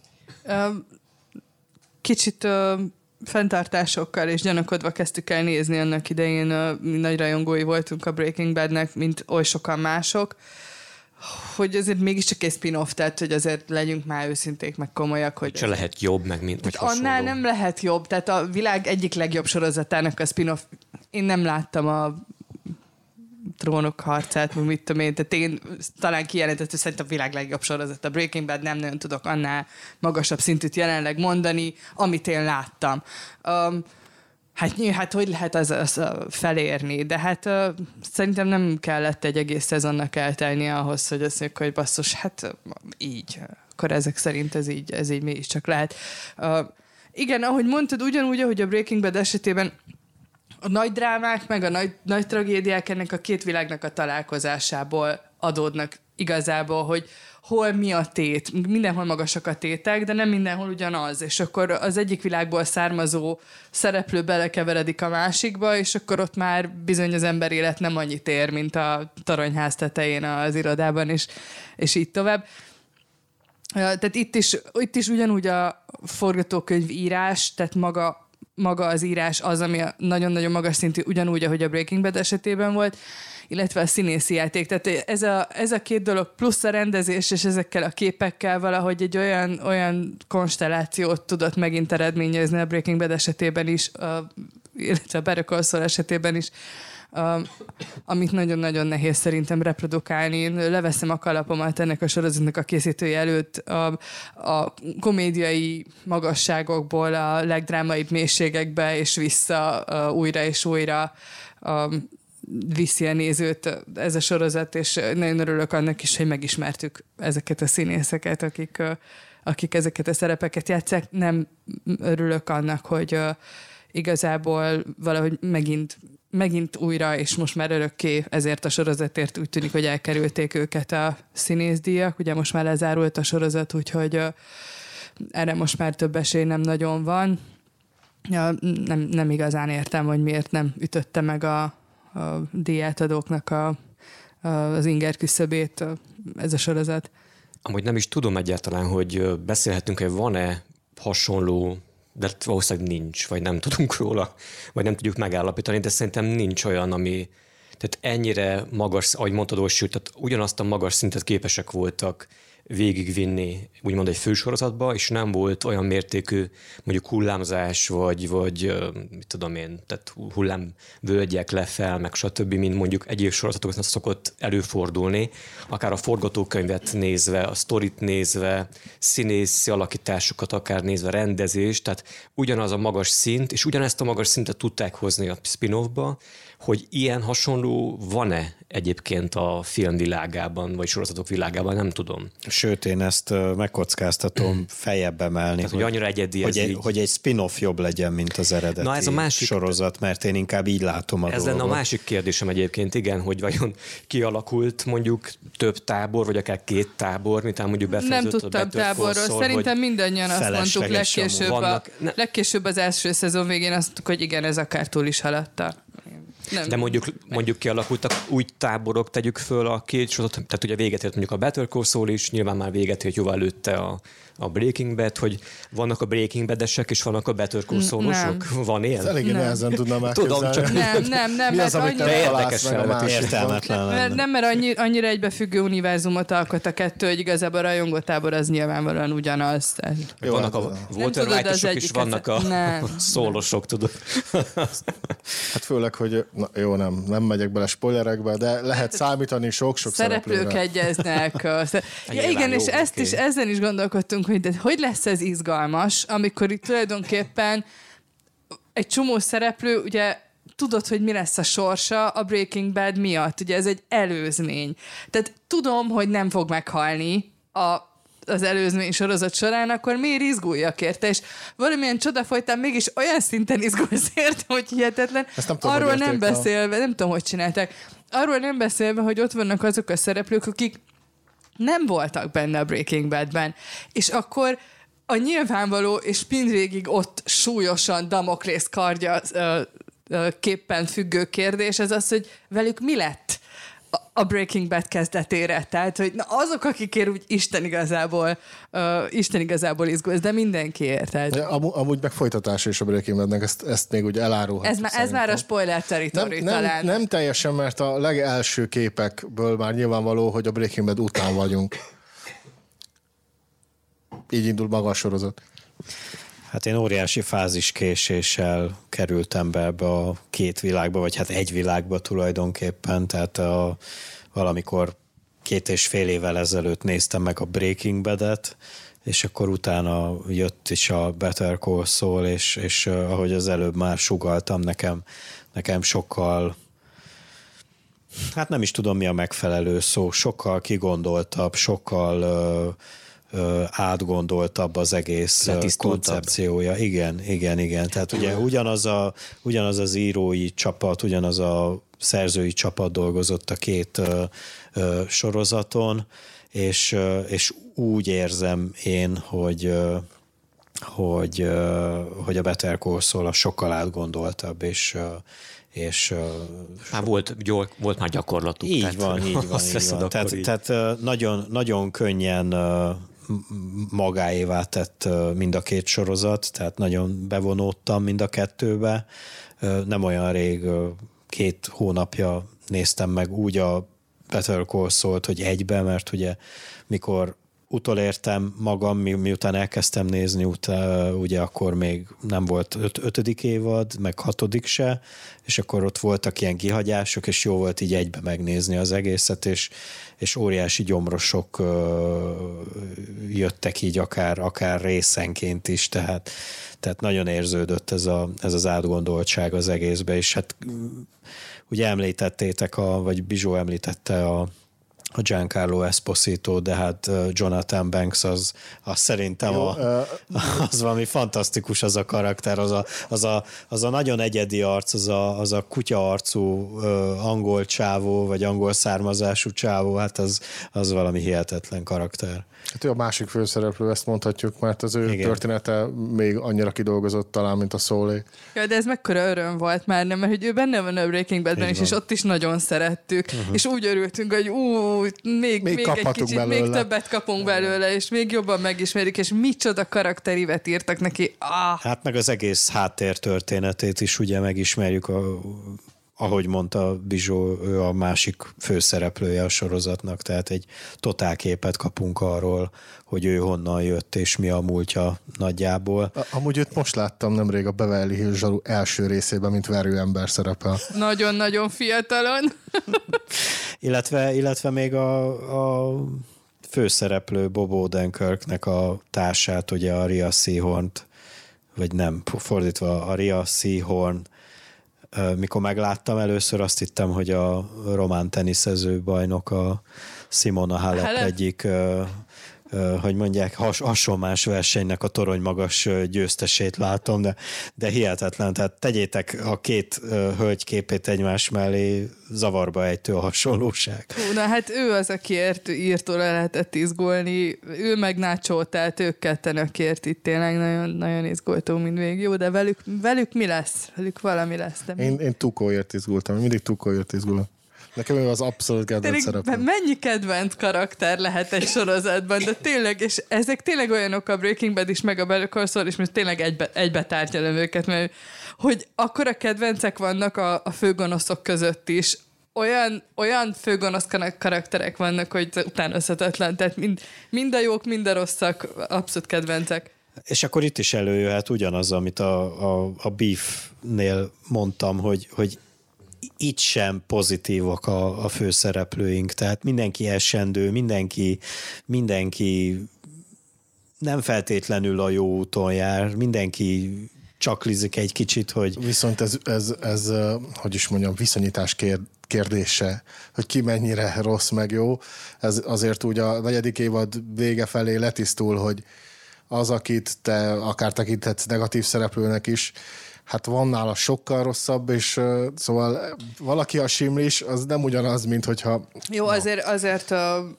S1: Kicsit uh, fenntartásokkal és gyanakodva kezdtük el nézni annak idején. Uh, mi nagy rajongói voltunk a Breaking Badnek, mint oly sokan mások, hogy azért mégiscsak egy spin-off, tehát hogy azért legyünk már őszinték, meg komolyak. Hogy
S4: se lehet jobb, meg mint vagy hasonló.
S1: Annál nem lehet jobb, tehát a világ egyik legjobb sorozatának a spin-off. Én nem láttam a Trónok harcát, meg mit tudom én, tehát én talán kijelentett, hogy szerintem a világ legjobb sorozat. A Breaking Bad, nem nagyon tudok annál magasabb szintűt jelenleg mondani, amit én láttam. Um, Hát, hát hogy lehet az, az felérni? De hát uh, szerintem nem kellett egy egész szezonnak eltelnie ahhoz, hogy azt mondjuk, hogy basszus, hát így. Akkor ezek szerint ez így, ez így mégiscsak lehet. Uh, igen, ahogy mondtad, ugyanúgy, ahogy a Breaking Bad esetében a nagy drámák, meg a nagy, nagy tragédiák ennek a két világnak a találkozásából adódnak igazából, hogy hol mi a tét. Mindenhol magasak a tétek, de nem mindenhol ugyanaz. És akkor az egyik világból származó szereplő belekeveredik a másikba, és akkor ott már bizony az ember élet nem annyit ér, mint a toronyház tetején az irodában, és, és így tovább. Tehát itt is, itt is ugyanúgy a forgatókönyv írás, tehát maga maga az írás az, ami nagyon-nagyon magas szintű, ugyanúgy, ahogy a Breaking Bad esetében volt, illetve a színészi játék. Tehát ez a, ez a két dolog plusz a rendezés, és ezekkel a képekkel valahogy egy olyan, olyan konstellációt tudott megint eredményezni a Breaking Bad esetében is, a, illetve a Better Call Saul esetében is, Uh, amit nagyon-nagyon nehéz szerintem reprodukálni. Én leveszem a kalapomat ennek a sorozatnak a készítője előtt a, a komédiai magasságokból a legdrámaibb mélységekbe, és vissza uh, újra és újra uh, viszi a nézőt ez a sorozat, és nagyon örülök annak is, hogy megismertük ezeket a színészeket, akik, uh, akik ezeket a szerepeket játsszák. Nem örülök annak, hogy uh, igazából valahogy megint megint újra, és most már örökké ezért a sorozatért úgy tűnik, hogy elkerülték őket a színészdíjak. Ugye most már lezárult a sorozat, úgyhogy uh, erre most már több esély nem nagyon van. Ja, nem, nem igazán értem, hogy miért nem ütötte meg a, a díjátadóknak a, a, az inger küszöbét ez a sorozat.
S4: Amúgy nem is tudom egyáltalán, hogy beszélhetünk, hogy van-e hasonló, de valószínűleg nincs, vagy nem tudunk róla, vagy nem tudjuk megállapítani, de szerintem nincs olyan, ami tehát ennyire magas, ahogy mondtad, Orsi, tehát ugyanazt a magas szintet képesek voltak végigvinni, úgymond egy fősorozatba, és nem volt olyan mértékű mondjuk hullámzás, vagy, vagy mit tudom én, tehát hullámvölgyek lefel, meg stb., mint mondjuk egyéb sorozatokban szokott előfordulni, akár a forgatókönyvet nézve, a sztorit nézve, színészi alakításokat akár nézve, rendezést, tehát ugyanaz a magas szint, és ugyanezt a magas szintet tudták hozni a spin-offba, hogy ilyen hasonló van-e egyébként a filmvilágában, vagy sorozatok világában, nem tudom.
S3: Sőt, én ezt megkockáztatom feljebb emelni,
S4: Tehát, hogy, hogy annyira egyedi
S3: hogy,
S4: ez
S3: egy,
S4: így.
S3: hogy egy spin-off jobb legyen, mint az eredeti Na ez a másik, sorozat, mert én inkább így látom a
S4: Ez
S3: dolgot.
S4: lenne a másik kérdésem egyébként, igen, hogy vajon kialakult mondjuk több tábor, vagy akár két tábor, mint mondjuk befejeződött
S1: Nem tudtam táborról,
S4: szól,
S1: szerintem mindannyian azt mondtuk legkésőbb, a,
S4: ne...
S1: legkésőbb az első szezon végén azt mondtuk, hogy igen, ez akár túl is haladta. Nem.
S4: De mondjuk, mondjuk kialakultak új táborok, tegyük föl a két sorozat, tehát ugye véget ért mondjuk a Better Call Saul is, nyilván már véget ért jóval előtte a, a Breaking Bad, hogy vannak a Breaking Bad-esek, és vannak a Better Call Saul-osok. Van ilyen?
S2: Eléggé nehezen tudnám elképzelni.
S4: Tudom, csak
S1: nem, nem, nem.
S2: Mi az, amit nem találsz meg a másikban?
S1: Nem, nem, mert annyira, annyira egybefüggő univerzumot alkot a kettő, hogy igazából a rajongótábor az nyilvánvalóan ugyanaz.
S4: Jó, vannak a Walter White-osok, és vannak a szólosok, tudod.
S2: Hát főleg, hogy Na, jó, nem, nem megyek bele spoilerekbe, de lehet számítani sok-sok
S1: szereplők
S2: szereplőre.
S1: egyeznek. Ja, igen, és
S4: jó,
S1: ezt
S4: okay.
S1: is, ezen is gondolkodtunk, hogy de hogy lesz ez izgalmas, amikor itt tulajdonképpen egy csomó szereplő, ugye tudod, hogy mi lesz a sorsa a Breaking Bad miatt. Ugye ez egy előzmény. Tehát tudom, hogy nem fog meghalni a az előzmény sorozat során, akkor miért izguljak érte? És valamilyen csoda folytán mégis olyan szinten izgulsz érte, hogy hihetetlen.
S2: Nem tudom,
S1: arról nem
S2: a...
S1: beszélve, nem tudom, hogy csinálták, arról nem beszélve, hogy ott vannak azok a szereplők, akik nem voltak benne a Breaking Badben. És akkor a nyilvánvaló és mindvégig ott súlyosan Damoklész kardja ö, ö, képpen függő kérdés, ez az, hogy velük mi lett a Breaking Bad kezdetére. Tehát, hogy na, azok, akikért úgy Isten igazából, uh, Isten igazából izgulsz, de mindenkiért. Tehát...
S2: Ja, amúgy, amúgy meg folytatás is a Breaking Badnek, ezt, ezt még úgy elárulhatjuk.
S1: Ez, ez már a spoiler territory
S2: nem,
S1: talán.
S2: nem, nem teljesen, mert a legelső képekből már nyilvánvaló, hogy a Breaking Bad után vagyunk. Így indul maga a sorozat.
S3: Hát én óriási fáziskéséssel kerültem be ebbe a két világba, vagy hát egy világba tulajdonképpen, tehát a, valamikor két és fél évvel ezelőtt néztem meg a Breaking Bad-et, és akkor utána jött is a Better Call Saul, és, és ahogy az előbb már sugalltam, nekem, nekem sokkal, hát nem is tudom mi a megfelelő szó, sokkal kigondoltabb, sokkal uh, átgondoltabb az egész koncepciója. Igen, igen, igen. Tehát ugye ugyanaz, a, ugyanaz az írói csapat, ugyanaz a szerzői csapat dolgozott a két uh, uh, sorozaton, és, uh, és úgy érzem én, hogy, uh, hogy, uh, hogy a Better Call Saul a sokkal átgondoltabb, és uh, és
S4: már volt, volt már gyakorlatuk.
S3: Így
S4: tehát,
S3: van, így van. Így van. Tehát, így. tehát nagyon, nagyon könnyen magáévá tett mind a két sorozat, tehát nagyon bevonódtam mind a kettőbe. Nem olyan rég, két hónapja néztem meg úgy a Better Call Sault, hogy egybe, mert ugye mikor utolértem magam, mi, miután elkezdtem nézni, utána, ugye akkor még nem volt öt, ötödik évad, meg hatodik se, és akkor ott voltak ilyen kihagyások, és jó volt így egybe megnézni az egészet, és, és óriási gyomrosok ö, jöttek így akár, akár részenként is, tehát, tehát nagyon érződött ez, a, ez az átgondoltság az egészbe, és hát ugye említettétek, a, vagy Bizsó említette a a Giancarlo Esposito, de hát Jonathan Banks az, az szerintem Jó, a, az valami fantasztikus az a karakter, az a, az a, az a nagyon egyedi arc, az a, az a kutya arcú angol csávó, vagy angol származású csávó, hát az, az valami hihetetlen karakter.
S2: Hát ő a másik főszereplő, ezt mondhatjuk, mert az ő
S3: Igen.
S2: története még annyira kidolgozott talán, mint a Saulé.
S1: Ja, de ez mekkora öröm volt már, nem? Mert hogy ő benne van a Breaking Badben is, és ott is nagyon szerettük, uh-huh. és úgy örültünk, hogy ú, még, még, még egy kicsit, belőle. Még többet kapunk belőle, és még jobban megismerjük, és micsoda karakterívet írtak neki. Ah.
S3: Hát meg az egész háttértörténetét is ugye megismerjük, a, ahogy mondta Bizsó, ő a másik főszereplője a sorozatnak, tehát egy totálképet kapunk arról, hogy ő honnan jött, és mi a múltja nagyjából.
S2: Amúgy őt most láttam nemrég a Beverly Hills Zsaru első részében, mint verőember szerepel.
S1: Nagyon-nagyon fiatalon.
S3: illetve, illetve még a, a főszereplő Bob Odenkirknek a társát, ugye a Rhea Seehorn-t, vagy nem, fordítva a Rhea Seehorn, mikor megláttam először, azt hittem, hogy a román teniszező bajnok, a Simona Halep, Halep. egyik, hogy mondják, has, hasonlás versenynek a torony magas győztesét látom, de, de hihetetlen. Tehát tegyétek a két hölgy képét egymás mellé, zavarba ejtő a hasonlóság.
S1: Hú, na hát ő az, akiért írtól lehetett izgulni, ő meg Nacho, tehát ők ketten, akért itt tényleg nagyon, nagyon izgultunk mindvégig. Jó, de velük, velük mi lesz? Velük valami lesz. De
S2: én, én Tukóért izgultam, mindig Tukóért izgulom. Nekem ő az abszolút kedvenc szereplő.
S1: Mennyi kedvenc karakter lehet egy sorozatban, de tényleg, és ezek tényleg olyanok a Breaking Bad is, meg a Better Call Saul is, mert tényleg egybe, egybe tárgyalom őket, mert hogy akkora kedvencek vannak a, a főgonoszok között is, olyan, olyan főgonosz karakterek vannak, hogy utánozhatatlan, tehát mind, mind a jók, mind a rosszak, abszolút kedvencek.
S3: És akkor itt is előjöhet ugyanaz, amit a, a, a Beef-nél mondtam, hogy, hogy itt sem pozitívak a, a főszereplőink, tehát mindenki esendő, mindenki, mindenki nem feltétlenül a jó úton jár, mindenki csaklizik egy kicsit, hogy...
S2: Viszont ez, ez, ez hogy is mondjam, viszonyítás kér, kérdése, hogy ki mennyire rossz meg jó. Ez azért úgy a negyedik évad vége felé letisztul, hogy az, akit te akár tekinthetsz negatív szereplőnek is, hát van nála sokkal rosszabb, és uh, szóval valaki a simlis, az nem ugyanaz, mint hogyha...
S1: Jó, no. azért, azért uh,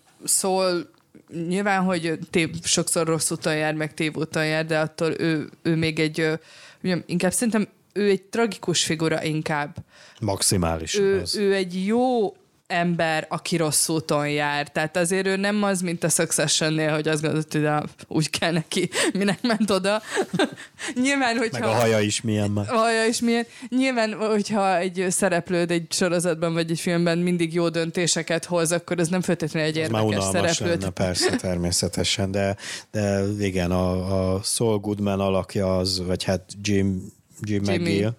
S1: szól nyilván, hogy tév, sokszor rossz úton jár, meg tévúton jár, de attól ő, ő még egy, uh, ugyan, inkább szerintem ő egy tragikus figura inkább.
S3: Maximális.
S1: Ő, ő egy jó ember, aki rossz úton jár. Tehát azért ő nem az, mint a Succession-nél, hogy azt gondolt, hogy de úgy kell neki, minek ment oda. Nyilván, hogyha...
S3: Meg a haja is milyen már.
S1: A haja is milyen. Nyilván, hogyha egy szereplőd egy sorozatban vagy egy filmben mindig jó döntéseket hoz, akkor ez nem feltétlenül egy érdekes szereplőd.
S3: Lenne, persze, természetesen, de, de igen, a, a Saul Goodman alakja az, vagy hát Jim, Jim McGill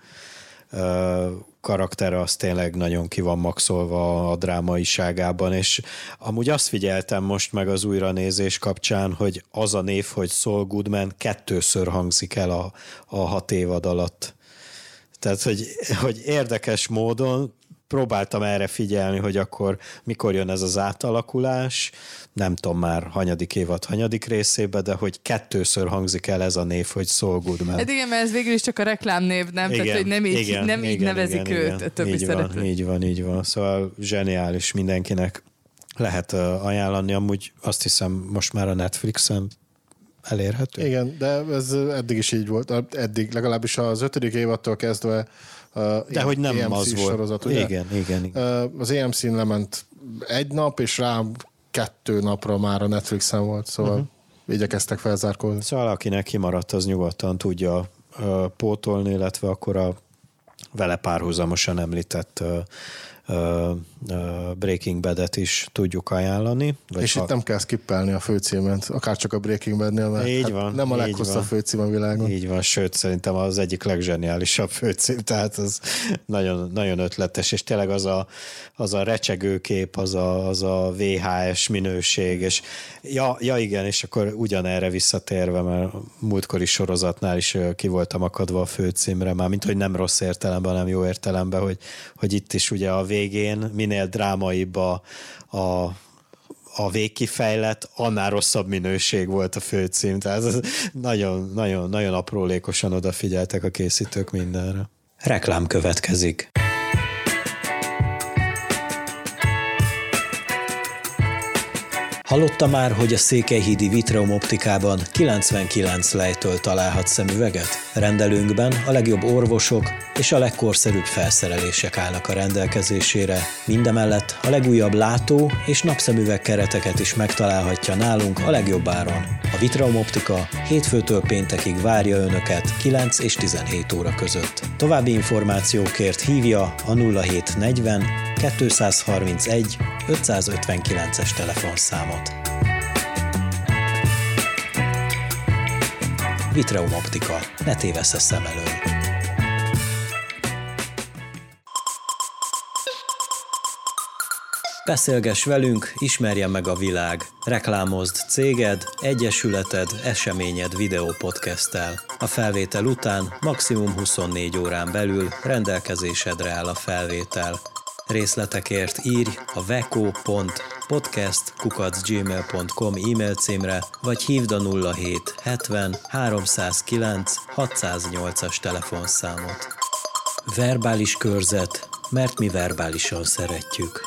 S3: uh, karaktere az tényleg nagyon ki van maxolva a drámaiságában, és amúgy azt figyeltem most meg az újranézés kapcsán, hogy az a név, hogy Saul Goodman kettőször hangzik el a, a hat évad alatt. Tehát, hogy, hogy érdekes módon próbáltam erre figyelni, hogy akkor mikor jön ez az átalakulás, nem tudom már hanyadik évad, hanyadik részébe, de hogy kettőször hangzik el ez a név, hogy Saul Goodman.
S1: Hát igen, mert ez végül is csak a reklámnév, nem? Igen, Tehát, hogy nem így,
S3: igen,
S1: nem így
S3: igen,
S1: nevezik
S3: igen,
S1: őt
S3: igen.
S1: a többi
S3: így
S1: szereplő.
S3: Van, így van, így van. Szóval zseniális, mindenkinek lehet ajánlani, amúgy azt hiszem most már a Netflixen elérhető.
S2: Igen, de ez eddig is így volt. Eddig, legalábbis az ötödik évadtól kezdve
S3: de hogy nem
S2: á em cé
S3: az volt.
S2: Sorozat, ugye?
S3: Igen, igen, igen.
S2: Az á em cén lement egy nap, és rá kettő napra már a Netflixen volt, szóval uh-huh. igyekeztek felzárkózni.
S3: Szóval akinek kimaradt, az nyugodtan tudja uh, pótolni, illetve akkor a vele párhuzamosan említett uh, uh, Breaking Bad-et is tudjuk ajánlani. Vagy
S2: és
S3: ha...
S2: itt nem kell skippelni a főcímet, akár csak a Breaking Bad-nél, mert
S3: így
S2: hát
S3: van,
S2: nem a leghosszabb főcím a világon.
S3: Így van, sőt, szerintem az egyik legzseniálisabb főcím, tehát az nagyon, nagyon ötletes, és tényleg az a, az a recsegőkép, az a, az a vé há es minőség, és ja, ja igen, és akkor ugyanerre visszatérve, mert múltkori sorozatnál is ki voltam akadva a főcímre, már mint hogy nem rossz értelemben, hanem jó értelemben, hogy, hogy itt is ugye a végén minél drámaibb a, a a végkifejlett, annál rosszabb minőség volt a főcím. Tehát ez nagyon, nagyon, nagyon aprólékosan odafigyeltek a készítők mindenre. Reklám következik. Hallotta már, hogy a Székelyhídi Vitreum Optikában kilencvenkilenc lejtől találhat szemüveget? Rendelőnkben a legjobb orvosok és a legkorszerűbb felszerelések állnak a rendelkezésére. Mindemellett a legújabb látó- és napszemüveg kereteket is megtalálhatja nálunk a legjobb áron. A Vitreum Optika hétfőtől péntekig várja Önöket kilenc és tizenhét óra között. További információkért hívja a nulla hét negyven kétszázharmincegy ötszázötvenkilences telefonszámot. Vitreum Optika. Ne tévessz a szem elől. Beszélgess velünk, ismerjen meg a világ. Reklámozd céged, egyesületed, eseményed videópodcasttel. A felvétel után maximum huszonnégy órán belül rendelkezésedre áll a felvétel. Részletekért írj a veko pont podcast kukac gmail pont com e-mail címre, vagy hívd a nulla hét hetven háromszázkilenc hatszáznyolcas telefonszámot. Verbális körzet, mert mi verbálisan szeretjük.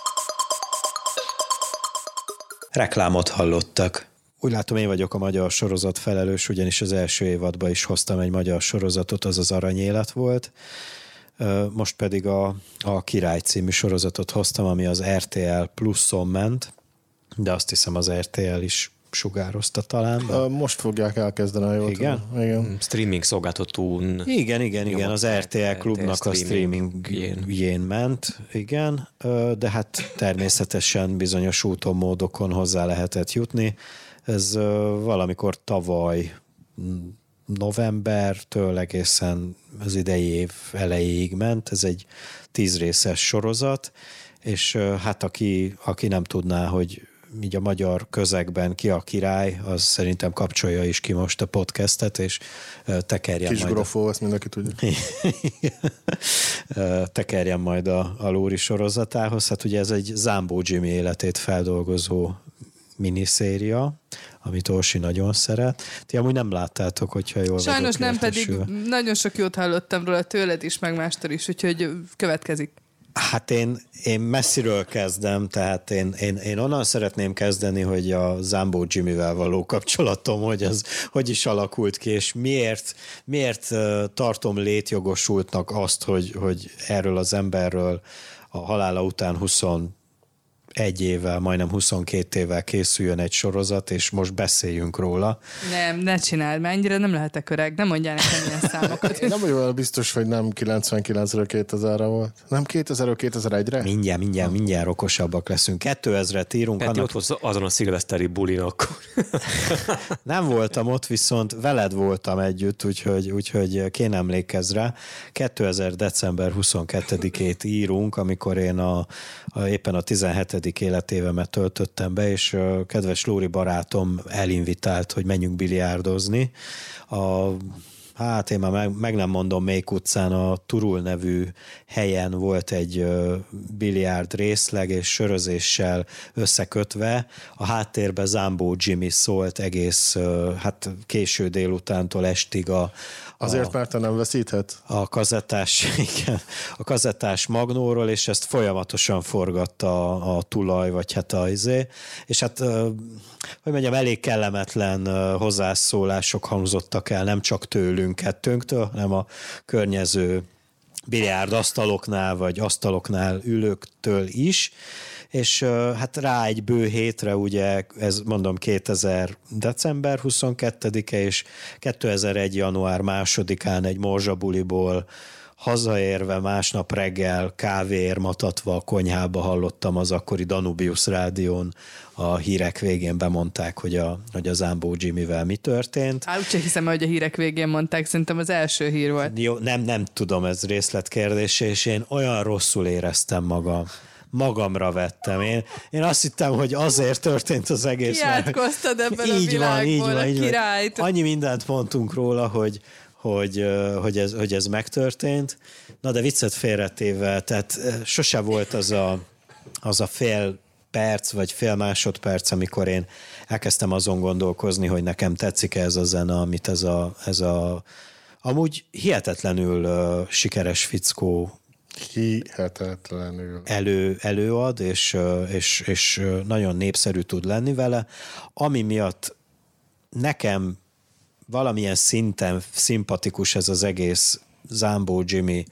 S3: Reklámot hallottak. Úgy látom, én vagyok a magyar sorozat felelős, ugyanis az első évadban is hoztam egy magyar sorozatot, az az Aranyélet volt. Most pedig a, a Király című sorozatot hoztam, ami az er té el Pluszon ment, de azt hiszem az er té el is sugározta talán.
S2: Most fogják elkezdeni a jól.
S3: Igen?
S2: Igen.
S4: Streaming szolgáltatón.
S3: Igen, igen, igen, az er té el klubnak a streamingjén ment, igen, de hát természetesen bizonyos úton, módokon hozzá lehetett jutni. Ez valamikor tavaly novembertől egészen az idei év elejéig ment. Ez egy tíz részes sorozat, és hát aki, aki nem tudná, hogy így a magyar közegben ki a király, az szerintem kapcsolja is ki most a podcastet, és tekerjen
S2: Kis
S3: majd... Kis
S2: grofó, a... ezt mindenki tudja.
S3: tekerjen majd a, a Lóri sorozatához. Hát ugye ez egy Zámbó Jimmy életét feldolgozó miniszéria, amit Orsi nagyon szeret. Ti amúgy nem láttátok, hogyha jól
S1: Sajnos nem,
S3: értesül.
S1: pedig nagyon sok jót hallottam róla tőled is, meg mástól is, úgyhogy következik.
S3: Hát én, én messziről kezdem, tehát én, én, én onnan szeretném kezdeni, hogy a Zámbó Jimmyvel való kapcsolatom, hogy az hogy is alakult ki, és miért, miért tartom létjogosultnak azt, hogy, hogy erről az emberről a halála után huszonegy évvel, majdnem huszonkét évvel készüljön egy sorozat, és most beszéljünk róla.
S1: Nem, ne csináld, mert ennyire nem lehetek öreg, nem mondjál nekem ilyen számokat.
S2: Én nem vagyok olyan biztos, hogy nem kilencvenkilencről kétezerre volt. Nem kétezerről kétezer-egyre?
S3: Mindjárt, mindjárt, mindjárt okosabbak leszünk. kétezret írunk.
S4: Peti
S3: annak...
S4: ott volt azon a szilveszteri bulin akkor.
S3: Nem voltam ott, viszont veled voltam együtt, úgyhogy, úgyhogy kéne emlékezz rá. kétezer december huszonkettedikét írunk, amikor én a, a, éppen a tizenhetedik életévemet töltöttem be, és a kedves Lóri barátom elinvitált, hogy menjünk biliárdozni. A, hát én már meg, meg nem mondom melyik utcán, a Turul nevű helyen volt egy biliárd részleg, és sörözéssel összekötve. A háttérben Zámbó Jimmy szólt egész hát késő délutántól estig a
S2: Azért, mert te nem veszíthet?
S3: A kazettás, igen, a kazettás magnóról, és ezt folyamatosan forgatta a, a tulaj, vagy hát a izé, és hát, hogy mondjam, elég kellemetlen hozzászólások hangzottak el, nem csak tőlünk, kettőnktől, hanem a környező biliárd asztaloknál, vagy asztaloknál ülőktől is, és hát rá egy bő hétre, ugye, ez mondom kétezer december huszonkettedike, és kétezer-egy január másodikán egy morzsabuliból hazaérve másnap reggel kávéért matatva a konyhába hallottam az akkori Danubius rádión, a hírek végén bemondták, hogy a, hogy a Zámbó Jimmyvel mi történt.
S1: Á, úgyse hiszem, hogy a hírek végén mondták, szerintem az első hír volt.
S3: Jó, nem, nem tudom, ez részletkérdés, és én olyan rosszul éreztem magam. Magamra vettem. Én, én azt hittem, hogy azért történt az egész.
S1: Kiátkoztad ebben
S3: így
S1: a világból
S3: van, így van,
S1: a
S3: így
S1: királyt.
S3: Van. Annyi mindent mondtunk róla, hogy, hogy, hogy, ez, hogy ez megtörtént. Na de viccet félretéve, tehát sose volt az a, az a fél perc, vagy fél másodperc, amikor én elkezdtem azon gondolkozni, hogy nekem tetszik ez a zene, amit ez a, ez a amúgy hihetetlenül uh, sikeres fickó
S2: hihetetlenül
S3: elő, előad, és, és, és nagyon népszerű tud lenni vele, ami miatt nekem valamilyen szinten szimpatikus ez az egész Zámbó Jimmy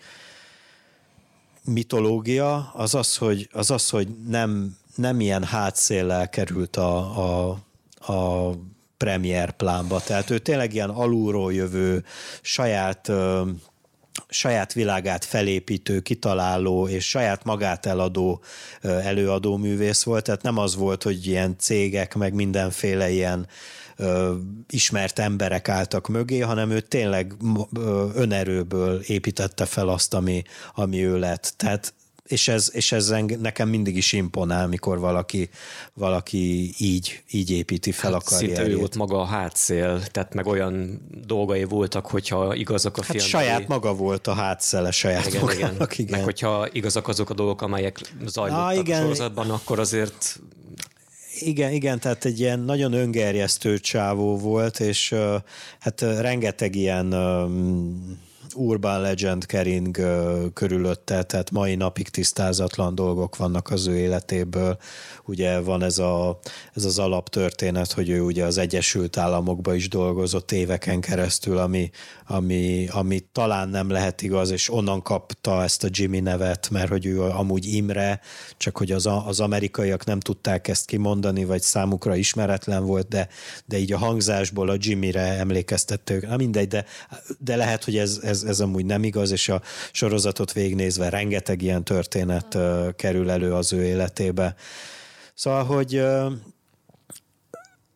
S3: mitológia, az az, hogy, az az, hogy nem, nem ilyen hátszéllel került a, a, a premier plánba. Tehát ő tényleg ilyen alulról jövő, saját saját világát felépítő, kitaláló és saját magát eladó előadó művész volt, tehát nem az volt, hogy ilyen cégek, meg mindenféle ilyen ö, ismert emberek álltak mögé, hanem ő tényleg ö, önerőből építette fel azt, ami, ami ő lett. Tehát és ez, és ez nekem mindig is imponál, mikor valaki, valaki így, így építi fel hát a karrierjét.
S4: Szinte ő volt maga a hátszél, tehát meg olyan dolgai voltak, hogyha igazak a
S3: hát
S4: filmben.
S3: saját maga volt a hátszele saját
S4: igen,
S3: magának,
S4: igen.
S3: igen.
S4: Meg hogyha igazak azok a dolgok, amelyek zajlottak
S3: ah, igen.
S4: a sorozatban, akkor azért...
S3: Igen, igen, tehát egy ilyen nagyon öngerjesztő csávó volt, és uh, hát uh, rengeteg ilyen um, urban legend kering uh, körülötte, tehát mai napig tisztázatlan dolgok vannak az ő életéből. Ugye van ez, a, ez az alaptörténet, hogy ő ugye az Egyesült Államokban is dolgozott éveken keresztül, ami, ami, ami talán nem lehet igaz, és onnan kapta ezt a Jimmy nevet, mert hogy ő amúgy Imre, csak hogy az, az amerikaiak nem tudták ezt kimondani, vagy számukra ismeretlen volt, de, de így a hangzásból a Jimmyre emlékeztettük. Na mindegy, de, de lehet, hogy ez, ez, ez amúgy nem igaz, és a sorozatot végignézve rengeteg ilyen történet uh, kerül elő az ő életébe. Szóval, hogy uh,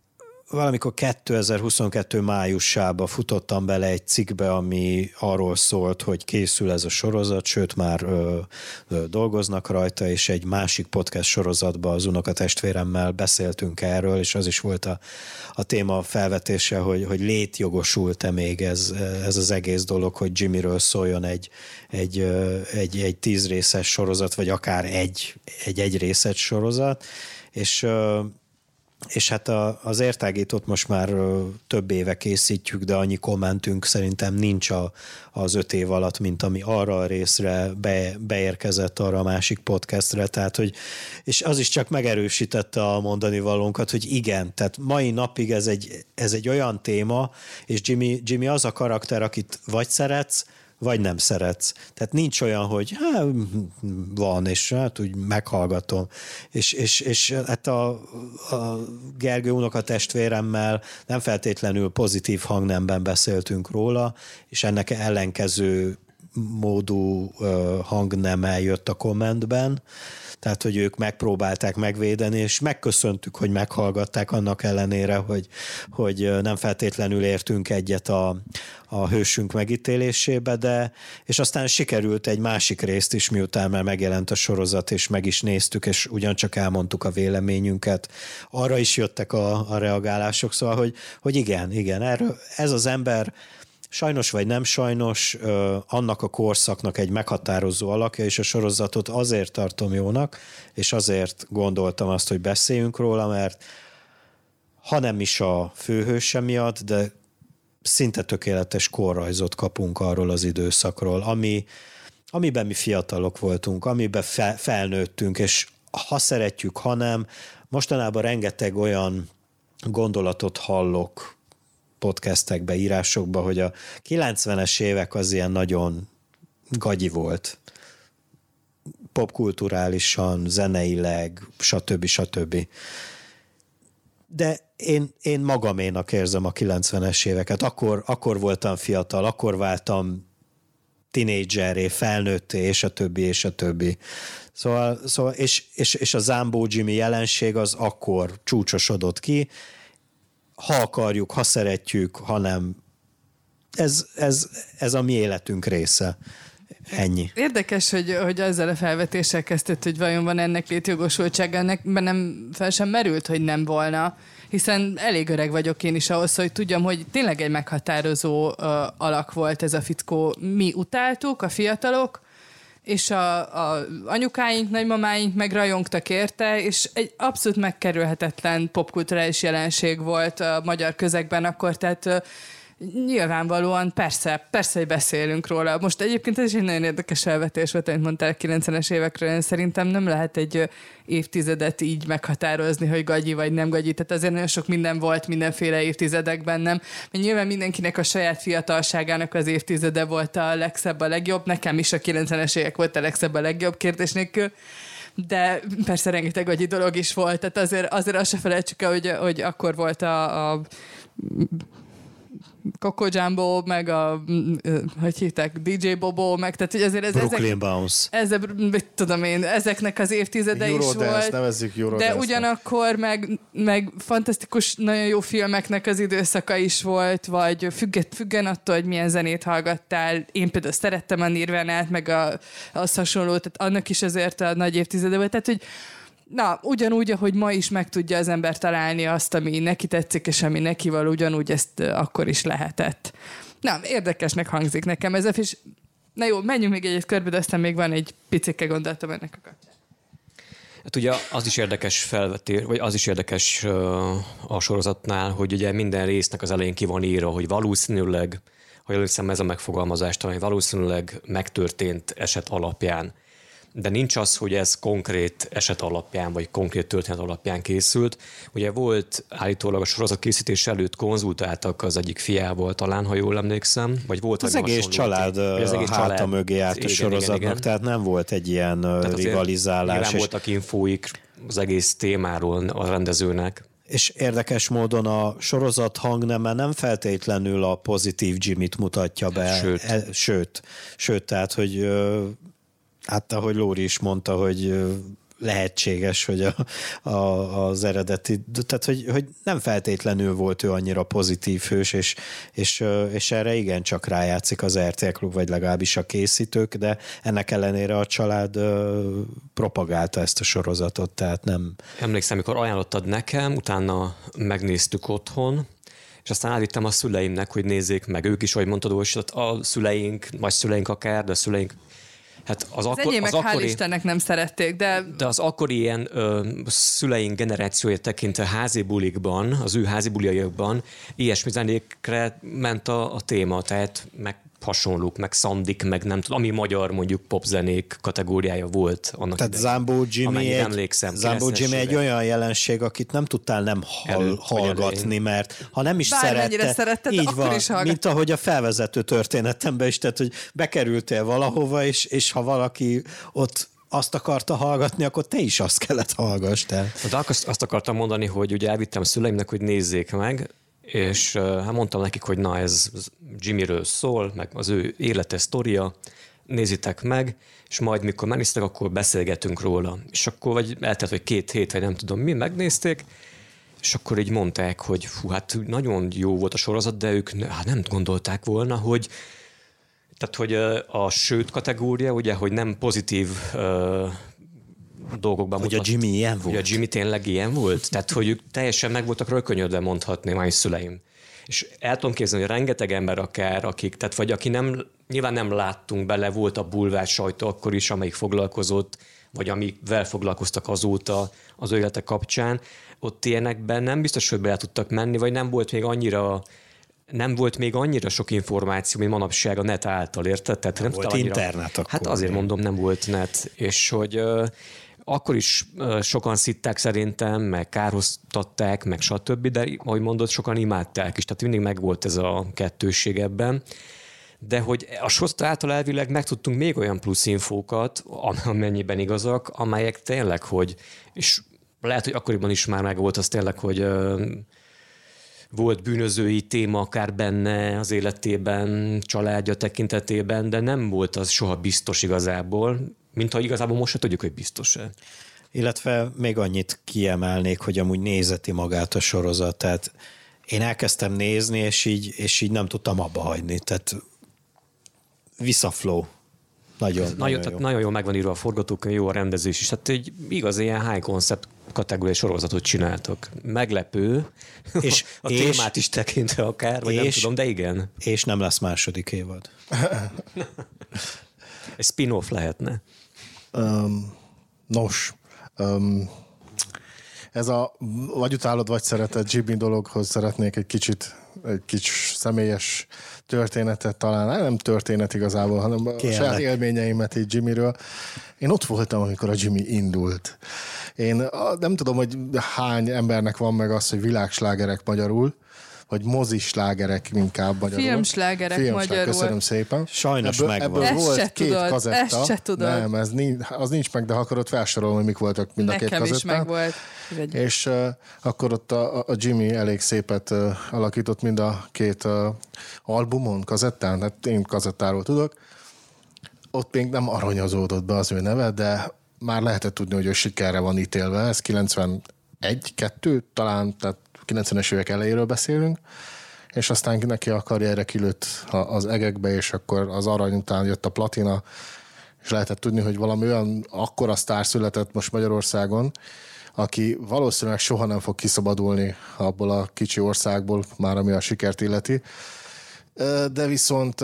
S3: valamikor kétezer-huszonkettő májusában futottam bele egy cikkbe, ami arról szólt, hogy készül ez a sorozat, sőt már ö, ö, dolgoznak rajta, és egy másik podcast sorozatban az unokatestvéremmel beszéltünk erről, és az is volt a, a téma felvetése, hogy, hogy létjogosult-e még ez, ez az egész dolog, hogy Jimmyről szóljon egy, egy, egy, egy tíz részes sorozat, vagy akár egy, egy egy részes sorozat, és És hát a, az értágítót most már több éve készítjük, de annyi kommentünk szerintem nincs a, az öt év alatt, mint ami arra a részre be, beérkezett arra a másik podcastre, tehát hogy, és az is csak megerősítette a mondani valónkat, hogy igen, tehát mai napig ez egy, ez egy olyan téma, és Jimmy, Jimmy az a karakter, akit vagy szeretsz, vagy nem szeretsz. Tehát nincs olyan, hogy hát, van, és hát úgy meghallgatom. És, és, és hát a, a Gergő unokatestvéremmel nem feltétlenül pozitív hangnemben beszéltünk róla, és ennek ellenkező módú hangneme jött a kommentben, tehát, hogy ők megpróbálták megvédeni, és megköszöntük, hogy meghallgatták annak ellenére, hogy, hogy nem feltétlenül értünk egyet a, a hősünk megítélésébe, de és aztán sikerült egy másik részt is, miután már megjelent a sorozat, és meg is néztük, és ugyancsak elmondtuk a véleményünket. Arra is jöttek a, a reagálások, szóval, hogy, hogy igen, igen, erről, ez az ember sajnos vagy nem sajnos, annak a korszaknak egy meghatározó alakja, és a sorozatot azért tartom jónak, és azért gondoltam azt, hogy beszéljünk róla, mert ha nem is a főhőse miatt, de szinte tökéletes korrajzot kapunk arról az időszakról, ami, amiben mi fiatalok voltunk, amiben fel, felnőttünk, és ha szeretjük, ha nem, mostanában rengeteg olyan gondolatot hallok podcastekbe, írásokba, hogy a kilencvenes évek az ilyen nagyon gagyi volt. Popkulturálisan, zeneileg, stb. stb. De én, én magaménak érzem a kilencvenes éveket. Akkor, akkor voltam fiatal, akkor váltam tinédzserré, felnőtté, és a többi, és a többi. Szóval, szóval és, és, és a Zambó Jimmy jelenség az akkor csúcsosodott ki, ha akarjuk, ha szeretjük, ha nem. Ez, ez, ez a mi életünk része. Ennyi.
S1: Érdekes, hogy, hogy ezzel a felvetéssel kezdett, hogy vajon van ennek létjogosultsága, ennek nem fel sem merült, hogy nem volna, hiszen elég öreg vagyok én is ahhoz, hogy tudjam, hogy tényleg egy meghatározó uh, alak volt ez a fickó. Mi utáltuk, a fiatalok, és a, a anyukáink, nagymamáink meg rajongtak érte, és egy abszolút megkerülhetetlen popkulturális jelenség volt a magyar közegben akkor, tehát uh, nyilvánvalóan persze, persze, hogy beszélünk róla. Most egyébként ez is egy nagyon érdekes felvetés volt, amit mondtál a kilencvenes évekről. Én szerintem nem lehet egy évtizedet így meghatározni, hogy gagyi vagy nem gagyi. Tehát azért nagyon sok minden volt mindenféle évtizedekben, nem? Mert nyilván mindenkinek a saját fiatalságának az évtizede volt a legszebb, a legjobb. Nekem is a kilencvenes évek volt a legszebb, a legjobb kérdés nélkül. De persze rengeteg gagyi dolog is volt. Tehát azért, azért azt se felejtsük el, hogy, hogy akkor volt a, a Coco Jumbo, meg a, hogy hívták, dé dzsé Bobo, meg tehát, hogy azért ez,
S3: Brooklyn
S1: ezek,
S3: Bounce.
S1: Ezek, mit tudom én, ezeknek az évtizede Eurodance, is volt.
S2: Nevezzük
S1: de ugyanakkor meg, meg fantasztikus, nagyon jó filmeknek az időszaka is volt, vagy függet, függen attól, hogy milyen zenét hallgattál. Én például szerettem a Nirvánát, meg a, az hasonló, tehát annak is azért a nagy évtizede volt. Tehát, hogy na, ugyanúgy, ahogy ma is meg tudja az ember találni azt, ami neki tetszik, és ami neki való, ugyanúgy ezt akkor is lehetett. Na, érdekesnek hangzik nekem ez a és na jó, menjünk még egyet körbe, de aztán még van egy picike gondolatom ennek a kapcsán.
S4: Hát ugye az is érdekes felvetés, vagy az is érdekes a sorozatnál, hogy ugye minden résznek az elején ki van írva, hogy valószínűleg, hogy először ez a megfogalmazást, hogy valószínűleg megtörtént eset alapján. De nincs az, hogy ez konkrét eset alapján, vagy konkrét történet alapján készült. Ugye volt állítólag a sorozat készítés előtt konzultáltak az egyik fiával talán, ha jól emlékszem, vagy volt
S3: az egész család az egész háta család, mögé állt igen, a sorozatnak, igen, igen. Tehát nem volt egy ilyen tehát rivalizálás.
S4: És voltak infóik az egész témáról a rendezőnek.
S3: És érdekes módon a sorozat hangneme nem feltétlenül a pozitív Jimmyt mutatja be.
S4: Sőt.
S3: E, sőt, sőt, tehát, hogy hát ahogy Lóri is mondta, hogy lehetséges, hogy a, a, az eredeti, tehát hogy, hogy nem feltétlenül volt ő annyira pozitív hős, és, és, és erre igen csak rájátszik az er té el Klub, vagy legalábbis a készítők, de ennek ellenére a család propagálta ezt a sorozatot, tehát nem...
S4: Emlékszem, amikor ajánlottad nekem, utána megnéztük otthon, és aztán állítottam a szüleimnek, hogy nézzék meg ők is, ahogy mondtad, hogy a szüleink, vagy szüleink akár, de a szüleink, hát az,
S1: az
S4: akkor,
S1: enyémek
S4: az
S1: hál'
S4: akkori,
S1: Istennek nem szerették, de...
S4: De az akkori ilyen ö, szüleink generációja tekintve házi bulikban, az ő házi buliaikban ilyesmi zenékre ment a, a téma, tehát meg hasonlók, meg szandik, meg nem tudom, ami magyar mondjuk popzenék kategóriája volt annak
S3: Tehát
S4: idején.
S3: Zambó Jimmy, egy,
S4: emlékszem,
S3: Zambó Jimmy egy olyan jelenség, akit nem tudtál nem hall,
S4: Előtt,
S3: hallgatni, mert ha nem is
S1: Bármennyire
S3: szerette,
S1: szeretted,
S3: így
S1: akkor
S3: van,
S1: is hallgat.
S3: mint ahogy a felvezető történetemben is, tehát hogy bekerültél valahova, és, és ha valaki ott azt akarta hallgatni, akkor te is azt kellett hallgass. Tehát.
S4: De azt, azt akartam mondani, hogy ugye elvittem szüleimnek, hogy nézzék meg, és hát mondtam nekik, hogy na ez Jimmyről szól, meg az ő élete, sztoria, nézitek meg, és majd mikor megnéztek, akkor beszélgetünk róla. És akkor vagy eltelt, hogy két hét, vagy nem tudom mi, megnézték, és akkor így mondták, hogy fú, hát nagyon jó volt a sorozat, de ők hát nem gondolták volna, hogy tehát, hogy a sőt kategória, ugye, hogy nem pozitív uh, dolgokban
S3: hogy
S4: mutat,
S3: a Jimmy ilyen volt.
S4: Hogy a Jimmy tényleg ilyen volt? Tehát, hogy ők teljesen meg voltak rökönyödve, mondhatni már szüleim. És el tudom képzelni, hogy rengeteg ember akár, akik, tehát vagy aki nem, nyilván nem láttunk bele, volt a bulvár sajtó akkor is, amelyik foglalkozott, vagy amivel foglalkoztak azóta az ő élete kapcsán, ott ilyenekben nem biztos, hogy bele tudtak menni, vagy nem volt még annyira nem volt még annyira sok információ, mint manapság a net által, érted? Tehát nem
S3: volt
S4: annyira,
S3: internet akkor.
S4: Hát azért mondom, nem volt net. És hogy uh, akkor is uh, sokan szitták szerintem, meg kárhoztatták, meg stb., de ahogy mondod, sokan imádták is. Tehát mindig megvolt ez a kettősség ebben. De hogy a sorozat által elvileg megtudtunk még olyan plusz infókat, amennyiben igazak, amelyek tényleg, hogy, és lehet, hogy akkoriban is már megvolt az tényleg, hogy uh, volt bűnözői téma akár benne az életében, családja tekintetében, de nem volt az soha biztos igazából, mintha igazából most se tudjuk, hogy biztos-e.
S3: Illetve még annyit kiemelnék, hogy amúgy nézeti magát a sorozat, tehát én elkezdtem nézni, és így, és így nem tudtam abba hagyni, tehát visszaflow. Nagyon, nagyon,
S4: nagyon,
S3: jó.
S4: Tehát nagyon jól megvan írva a forgatókönyv, jó a rendezés is. Tehát egy igaz ilyen high concept kategóriai sorozatot csináltak. Meglepő, és, a és, témát is tekintve akár, vagy és, nem tudom, de igen.
S3: És nem lesz második évad.
S4: Egy spin-off lehetne.
S2: Um, nos, um, ez a vagy utálod, vagy szereted Jimmy dologhoz szeretnék egy kicsit, egy kicsit személyes történetet talán, nem történet igazából, hanem Kérlek. a saját élményeimet így Jimmyről. Én ott voltam, amikor a Jimmy indult. Én nem tudom, hogy hány embernek van meg az, hogy világslágerek magyarul, vagy mozislágerek inkább magyarul.
S1: Filmslágerek
S2: Filmsláger,
S1: magyarul.
S2: Köszönöm szépen.
S3: Sajnos
S2: ebből,
S3: megvan.
S2: Ebből
S1: ezt
S2: volt
S1: se
S2: két
S1: tudod,
S2: kazetta.
S1: ezt se tudod.
S2: Nem, ez nincs, az nincs meg, de ha akarod felsorolom, hogy mik voltak mind a két
S1: Nekem
S2: kazettán.
S1: is megvolt.
S2: És uh, akkor ott a, a Jimmy elég szépet uh, alakított mind a két uh, albumon, kazettán, hát én kazettáról tudok. Ott még nem aranyozódott be az ő neve, de már lehetett tudni, hogy ő sikerre van ítélve. Ez kilencvenegy kettő talán, tehát kilencvenes évek elejéről beszélünk, és aztán neki a karrierre kilőtt az egekbe, és akkor az arany után jött a platina, és lehetett tudni, hogy valami olyan akkora sztár született most Magyarországon, aki valószínűleg soha nem fog kiszabadulni abból a kicsi országból, már ami a sikert illeti. De viszont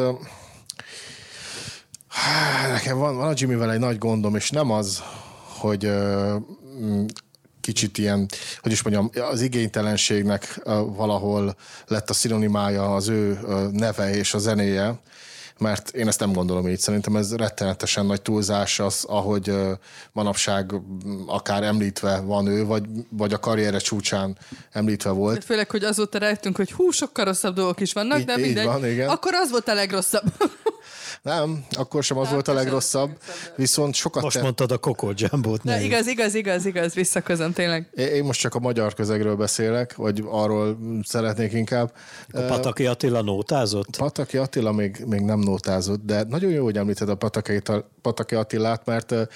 S2: nekem van, van a Jimmyvel egy nagy gondom, és nem az, hogy kicsit ilyen, hogy is mondjam, az igénytelenségnek valahol lett a szinonimája az ő neve és a zenéje, mert én ezt nem gondolom így. Szerintem ez rettenetesen nagy túlzás az, ahogy manapság akár említve van ő, vagy, vagy a karriere csúcsán említve volt.
S1: De főleg, hogy azóta rájöttünk, hogy hú, sokkal rosszabb dolgok is vannak, de
S2: így
S1: mindegy.
S2: van, igen.
S1: Akkor az volt a legrosszabb.
S2: Nem, akkor sem az nem, volt a legrosszabb, viszont sokat...
S3: Most
S2: te...
S3: mondtad a Coco Jumbo-t.
S1: De igaz, igaz, igaz, igaz, visszakozom tényleg.
S2: Én most csak a magyar közegről beszélek, vagy arról szeretnék inkább.
S3: A Pataki Attila nótázott?
S2: Pataki Attila még, még nem nótázott, de nagyon jó, hogy említed a Pataki, Pataki Attilát, mert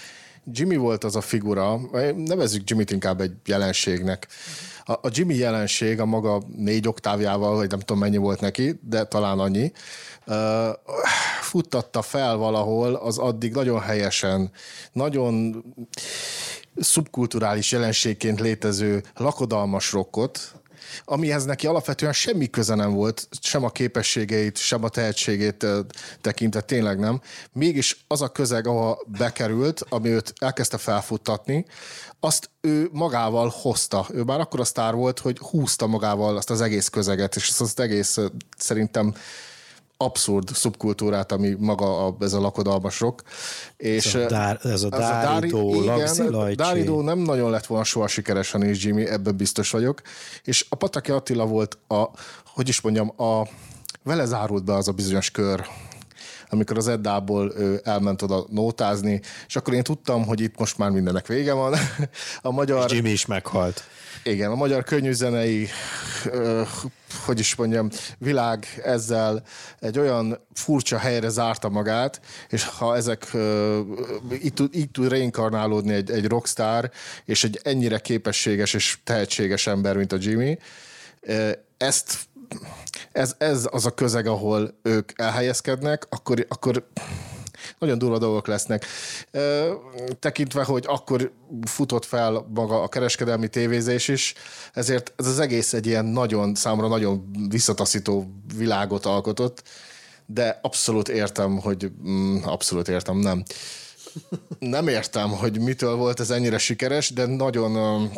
S2: Jimmy volt az a figura, nevezzük Jimmyt inkább egy jelenségnek. A, a Jimmy jelenség a maga négy oktávjával, vagy nem tudom mennyi volt neki, de talán annyi, uh, futtatta fel valahol az addig nagyon helyesen, nagyon szubkulturális jelenségként létező lakodalmas rockot, amihez neki alapvetően semmi köze nem volt, sem a képességeit, sem a tehetségét tekintve, tényleg nem. Mégis az a közeg, ahol bekerült, ami őt elkezdte felfuttatni, azt ő magával hozta. Ő már akkor a sztár volt, hogy húzta magával azt az egész közeget, és azt az egész szerintem abszurd szubkultúrát, ami maga a, ez a lakodalmas rock. És
S3: ez a, dár, ez a Dáridó, Lagzi Lajcsi.
S2: Dáridó nem nagyon lett volna soha sikeres, ha nincs Jimmy, ebben biztos vagyok. És a Pataki Attila volt a, hogy is mondjam, a, vele zárult be az a bizonyos kör, amikor az Eddából ő elment oda nótázni, és akkor én tudtam, hogy itt most már mindennek vége van. A magyar...
S3: És Jimmy is meghalt.
S2: Igen, a magyar könnyűzenei, hogy is mondjam, világ ezzel egy olyan furcsa helyre zárta magát, és ha ezek így tud, így tud reinkarnálódni egy, egy rockstar, és egy ennyire képességes és tehetséges ember, mint a Jimmy, ezt ez, ez az a közeg, ahol ők elhelyezkednek, akkor, akkor nagyon durva dolgok lesznek. Tekintve, hogy akkor futott fel maga a kereskedelmi tévézés is, ezért ez az egész egy ilyen nagyon, számomra nagyon visszataszító világot alkotott, de abszolút értem, hogy mm, abszolút értem, nem. Nem értem, hogy mitől volt ez ennyire sikeres, de nagyon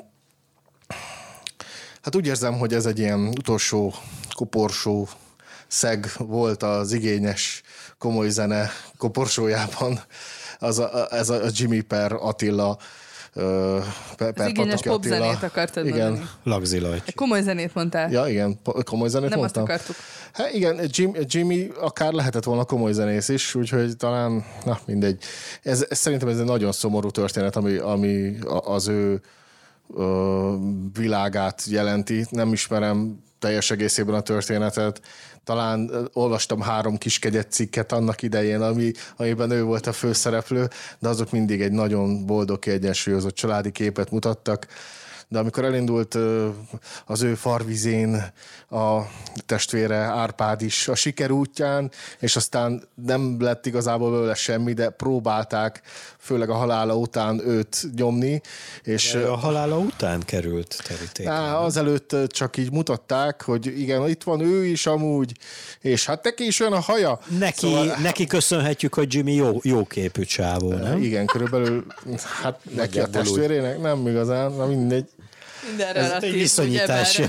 S2: hát úgy érzem, hogy ez egy ilyen utolsó koporsó szeg volt az igényes komoly zene koporsójában. Az a, ez a Jimmy per Attila. Uh, per,
S1: az igényes popzenét akartad
S2: igen.
S1: mondani.
S3: Lagzi Lajcsi.
S1: Komoly zenét mondtál.
S2: Ja, igen, komoly zenét
S1: Nem
S2: mondtam.
S1: azt akartuk.
S2: Hát igen, Jim, Jimmy akár lehetett volna komoly zenész is, úgyhogy talán, na mindegy. Ez, ez szerintem ez egy nagyon szomorú történet, ami, ami az ő ö, világát jelenti. Nem ismerem teljes egészében a történetet. Talán olvastam három kiskegyet cikket annak idején, ami, amiben ő volt a főszereplő, de azok mindig egy nagyon boldog, kiegyensúlyozott családi képet mutattak. De amikor elindult az ő farvizén a testvére Árpád is a siker útján, és aztán nem lett igazából belőle semmi, de próbálták, főleg a halála után őt nyomni. És
S3: a halála után került terítékre.
S2: Azelőtt csak így mutatták, hogy igen, itt van ő is amúgy, és hát neki is olyan a haja.
S3: Neki, szóval, neki köszönhetjük, hogy Jimmy jó, jó képű csávó, nem?
S2: Igen, körülbelül hát neki a testvérének nem igazán, na mindegy.
S1: Ez
S3: egy viszonyítás.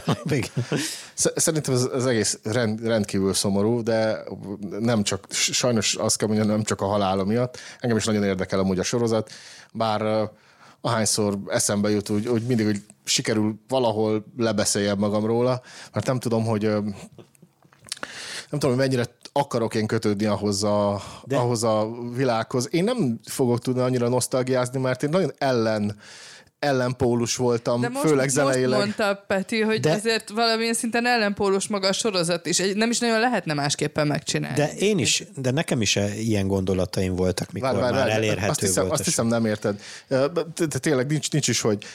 S2: Szerintem ez, ez egész rend, rendkívül szomorú, de nem csak, sajnos azt kell mondjam, nem csak a halála miatt. Engem is nagyon érdekel amúgy a sorozat, bár ahányszor eszembe jut, úgy, úgy mindig, hogy sikerül valahol lebeszéljem magam róla, mert nem tudom, hogy nem tudom, hogy mennyire akarok én kötődni ahhoz a, ahhoz a világhoz. Én nem fogok tudni annyira nosztalgiázni, mert én nagyon ellen ellenpólus voltam,
S1: de most,
S2: főleg zeneileg.
S1: most mondta Peti, hogy de... azért valamilyen szinten ellenpólus maga a sorozat is. Nem is nagyon lehetne másképpen megcsinálni.
S3: De én is, de nekem is ilyen gondolataim voltak, mikor vár, vár, már vár, elérhető
S2: azt hiszem,
S3: volt.
S2: Azt hiszem, nem érted. De tényleg nincs, nincs is, hogy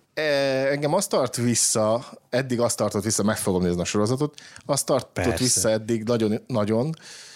S2: engem azt tart vissza, eddig azt tartott vissza, meg fogom nézni a sorozatot, azt tartott Persze. vissza eddig nagyon, nagyon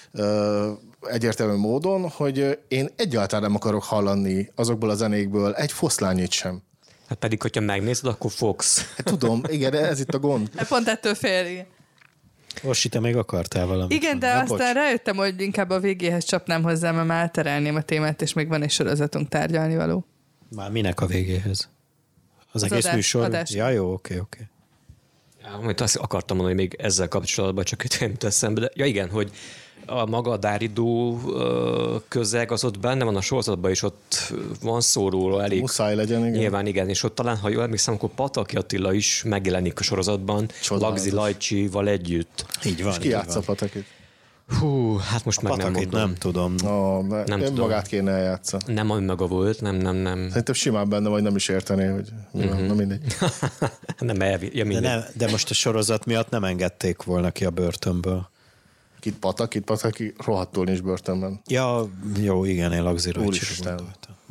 S2: egyértelmű módon, hogy én egyáltalán nem akarok hallani azokból a zenékből egy foszlányit sem.
S4: Hát pedig, hogyha megnézed, akkor fogsz.
S2: Hát tudom, igen, ez itt a gond.
S1: Pont ettől fél, igen.
S3: Orsi, te még akartál valamit?
S1: Igen, de
S3: Na,
S1: aztán bocs. rájöttem, hogy inkább a végéhez csapnám hozzá, mert már elterelném a témát, és még van egy sorozatunk tárgyalni való.
S3: Már minek a végéhez? Az, az egész
S1: adás,
S3: műsor?
S1: Adás.
S3: Ja, jó, oké, oké.
S4: Ja, amit azt akartam mondani, hogy még ezzel kapcsolatban csak itt jut eszembe, de ja igen, hogy a maga a Dáridó közeg, az ott benne van a sorozatban, és ott van szó róla elég.
S2: Muszáj legyen, igen.
S4: Nyilván igen, és ott talán, ha jól emlékszem, akkor Pataki Attila is megjelenik a sorozatban, Lagzi Lajcsival együtt.
S3: Így van.
S2: És ki játsza Patakit?
S4: Hú, hát most
S3: a
S4: meg nem mondom.
S3: nem tudom.
S2: Oh, nem
S4: tudom.
S2: Magát kéne eljátsza.
S4: Nem önmaga volt, nem, nem, nem.
S2: Szerintem simán benne, vagy nem is értené, hogy mi van, na mindegy.
S4: nem, elvi, ja,
S3: de, nem, de most a sorozat miatt nem engedték volna ki a börtönből.
S2: Kit Patak, Kit Pataki rohadtul nincs börtönben.
S3: Ja, jó, igen, én Lagzi Lajcsira gondoltam.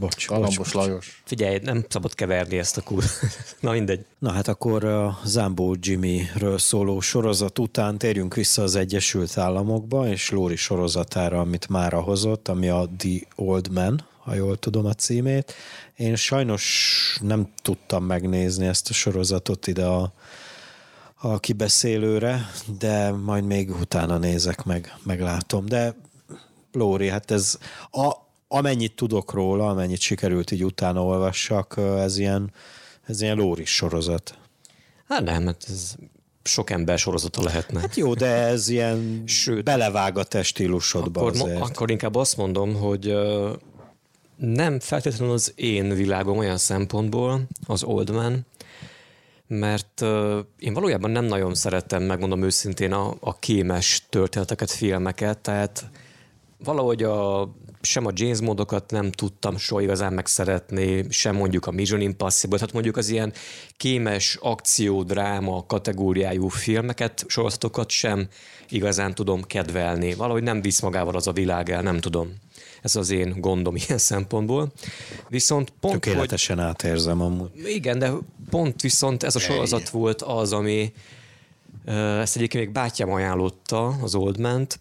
S3: Bocs,
S2: Galambos
S3: bocs,
S2: Lajos.
S4: Figyelj, nem szabad keverni ezt a kur. Na mindegy.
S3: Na hát akkor a Zambó Jimmyről szóló sorozat után térjünk vissza az Egyesült Államokba, és Lóri sorozatára, amit mára hozott, ami a The Old Man, ha jól tudom a címét. Én sajnos nem tudtam megnézni ezt a sorozatot ide a, a kibeszélőre, de majd még utána nézek meg, meglátom. De Lóri, hát ez a, amennyit tudok róla, amennyit sikerült így utána olvassak, ez ilyen, ez ilyen Lóri sorozat.
S4: Hát nem, hát ez sok ember sorozata lehetne.
S3: Hát jó, de ez ilyen
S4: Sőt,
S3: belevág a te stílusodba
S4: akkor,
S3: azért.
S4: akkor inkább azt mondom, hogy uh, nem feltétlenül az én világom olyan szempontból, az Old Man, mert uh, én valójában nem nagyon szerettem, megmondom őszintén, a, a kémes történeteket, filmeket, tehát valahogy a, sem a James Bondokat nem tudtam soha igazán megszeretni, sem mondjuk a Mission Impossible, tehát mondjuk az ilyen kémes akció, dráma kategóriájú filmeket, sorozatokat sem igazán tudom kedvelni. Valahogy nem visz magával az a világ el, nem tudom. Ez az én gondom ilyen szempontból. Viszont pont,
S3: Tökéletesen hogy, átérzem amúgy.
S4: Igen, de pont viszont ez a sorozat volt az, ami ezt egyébként még bátyám ajánlotta, az Old Man-t,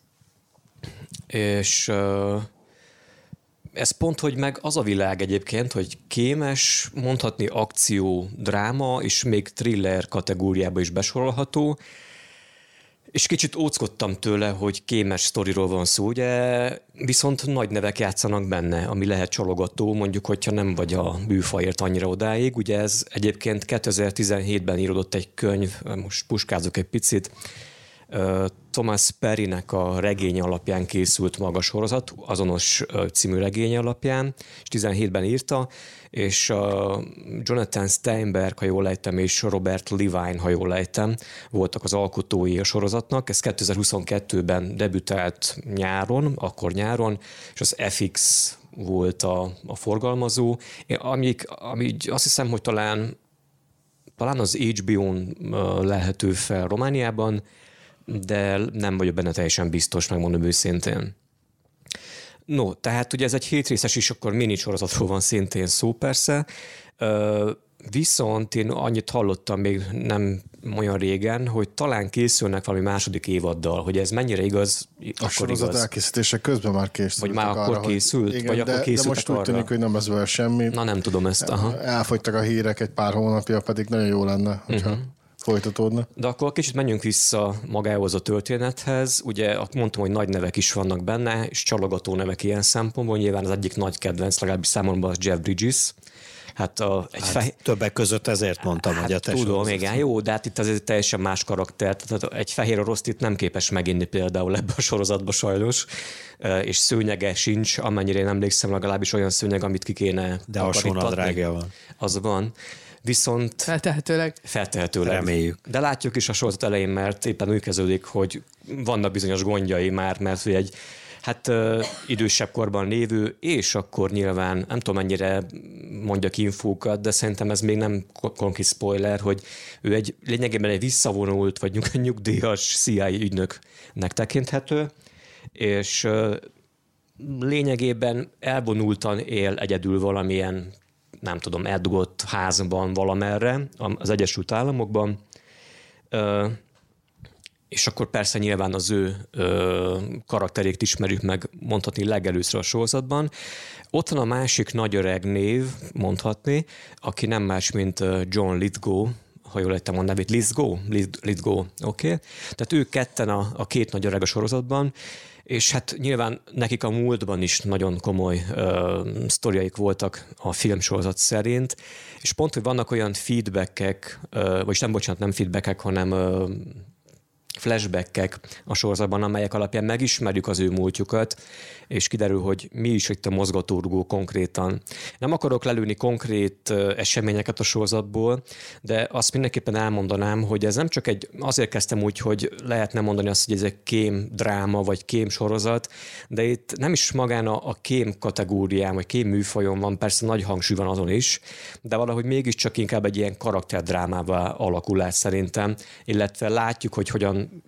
S4: és ez pont, hogy meg az a világ egyébként, hogy kémes, mondhatni akció, dráma, és még thriller kategóriába is besorolható, és kicsit óckodtam tőle, hogy kémes sztoriról van szó, ugye, viszont nagy nevek játszanak benne, ami lehet csalogató, mondjuk, hogyha nem vagy a műfajért annyira odáig. Ugye ez egyébként kétezer-tizenhétben íródott egy könyv, most puskázok egy picit, Thomas Perrynek a regénye alapján készült maga sorozat, azonos című regénye alapján, és tizenhétben írta, és Jonathan Steinberg, ha jól lejtem, és Robert Levine, ha jól lejtem, voltak az alkotói a sorozatnak. Ez kétezer-huszonkettőben debütált nyáron, akkor nyáron, és az ef iksz volt a, a forgalmazó. Amik, ami azt hiszem, hogy talán, talán az há bé ó-n lehető fel Romániában, de nem vagyok benne teljesen biztos, megmondom őszintén. No, tehát ugye ez egy hétrészes is, akkor mini sorozatról van szintén szó persze, viszont én annyit hallottam még nem olyan régen, hogy talán készülnek valami második évaddal, hogy ez mennyire igaz,
S2: a
S4: akkor
S2: sorozat
S4: igaz.
S2: elkészítése közben már készült.
S4: Vagy már akkor
S2: arra,
S4: készült?
S2: Igen,
S4: vagy
S2: de,
S4: akkor készültek
S2: de most úgy
S4: arra?
S2: tűnik, hogy nem ez vele semmi.
S4: Na nem tudom ezt. Aha.
S2: Elfogytak a hírek egy pár hónapja, pedig nagyon jó lenne, hogyha uh-huh. folytatódna.
S4: De akkor kicsit menjünk vissza magához a történethez. Ugye mondtam, hogy nagy nevek is vannak benne, és csalogató nevek ilyen szempontból. Nyilván az egyik nagy kedvenc, legalábbis számomra az Jeff Bridges. Hát, a, egy
S3: hát
S4: fehér...
S3: többek között ezért mondtam,
S4: hát,
S3: hogy a te
S4: tudom, igen, jó, de hát itt az egy teljesen más karakter. Tehát egy fehér oroszt itt nem képes meginni például ebbe a sorozatba sajnos, és szőnyege sincs, amennyire én emlékszem, legalábbis olyan szőnyeg, amit ki kéne
S3: de alsónadrágja van.
S4: Az van. Viszont...
S1: Feltehetőleg.
S4: Feltehetőleg.
S3: Reméljük.
S4: De látjuk is a sorozat elején, mert éppen úgy kezdődik, hogy vannak bizonyos gondjai már, mert egy hát uh, idősebb korban lévő, és akkor nyilván, nem tudom mennyire mondjak infókat, de szerintem ez még nem konkrét spoiler, hogy ő egy lényegében egy visszavonult, vagy nyugdíjas cé i á ügynöknek tekinthető, és uh, lényegében elvonultan él egyedül valamilyen, nem tudom, eldugott házban valamerre az Egyesült Államokban, uh, és akkor persze nyilván az ő ö, karakterét ismerjük meg mondhatni legelőször a sorozatban. Ott van a másik nagy öreg név, mondhatni, aki nem más, mint John Lithgow, ha jól lettem a nevét, Lithgow? Lithgow, oké. Okay. Tehát ők ketten a, a két nagy öreg a sorozatban, és hát nyilván nekik a múltban is nagyon komoly ö, sztoriaik voltak a filmsorozat szerint, és pont, hogy vannak olyan feedbackek, ö, vagyis nem, bocsánat, nem feedbackek, hanem ö, flashbackek a sorozatban, amelyek alapján megismerjük az ő múltjukat, és kiderül, hogy mi is itt a mozgatórugó konkrétan. Nem akarok lelőni konkrét eseményeket a sorozatból, de azt mindenképpen elmondanám, hogy ez nem csak egy, azért kezdtem úgy, hogy lehetne mondani azt, hogy ez egy kém dráma, vagy kém sorozat, de itt nem is magán a, a kém kategórián, vagy kém műfajon van, persze nagy hangsúly van azon is, de valahogy mégiscsak inkább egy ilyen karakterdrámává alakul át szerintem, illetve látjuk, hogy hogyan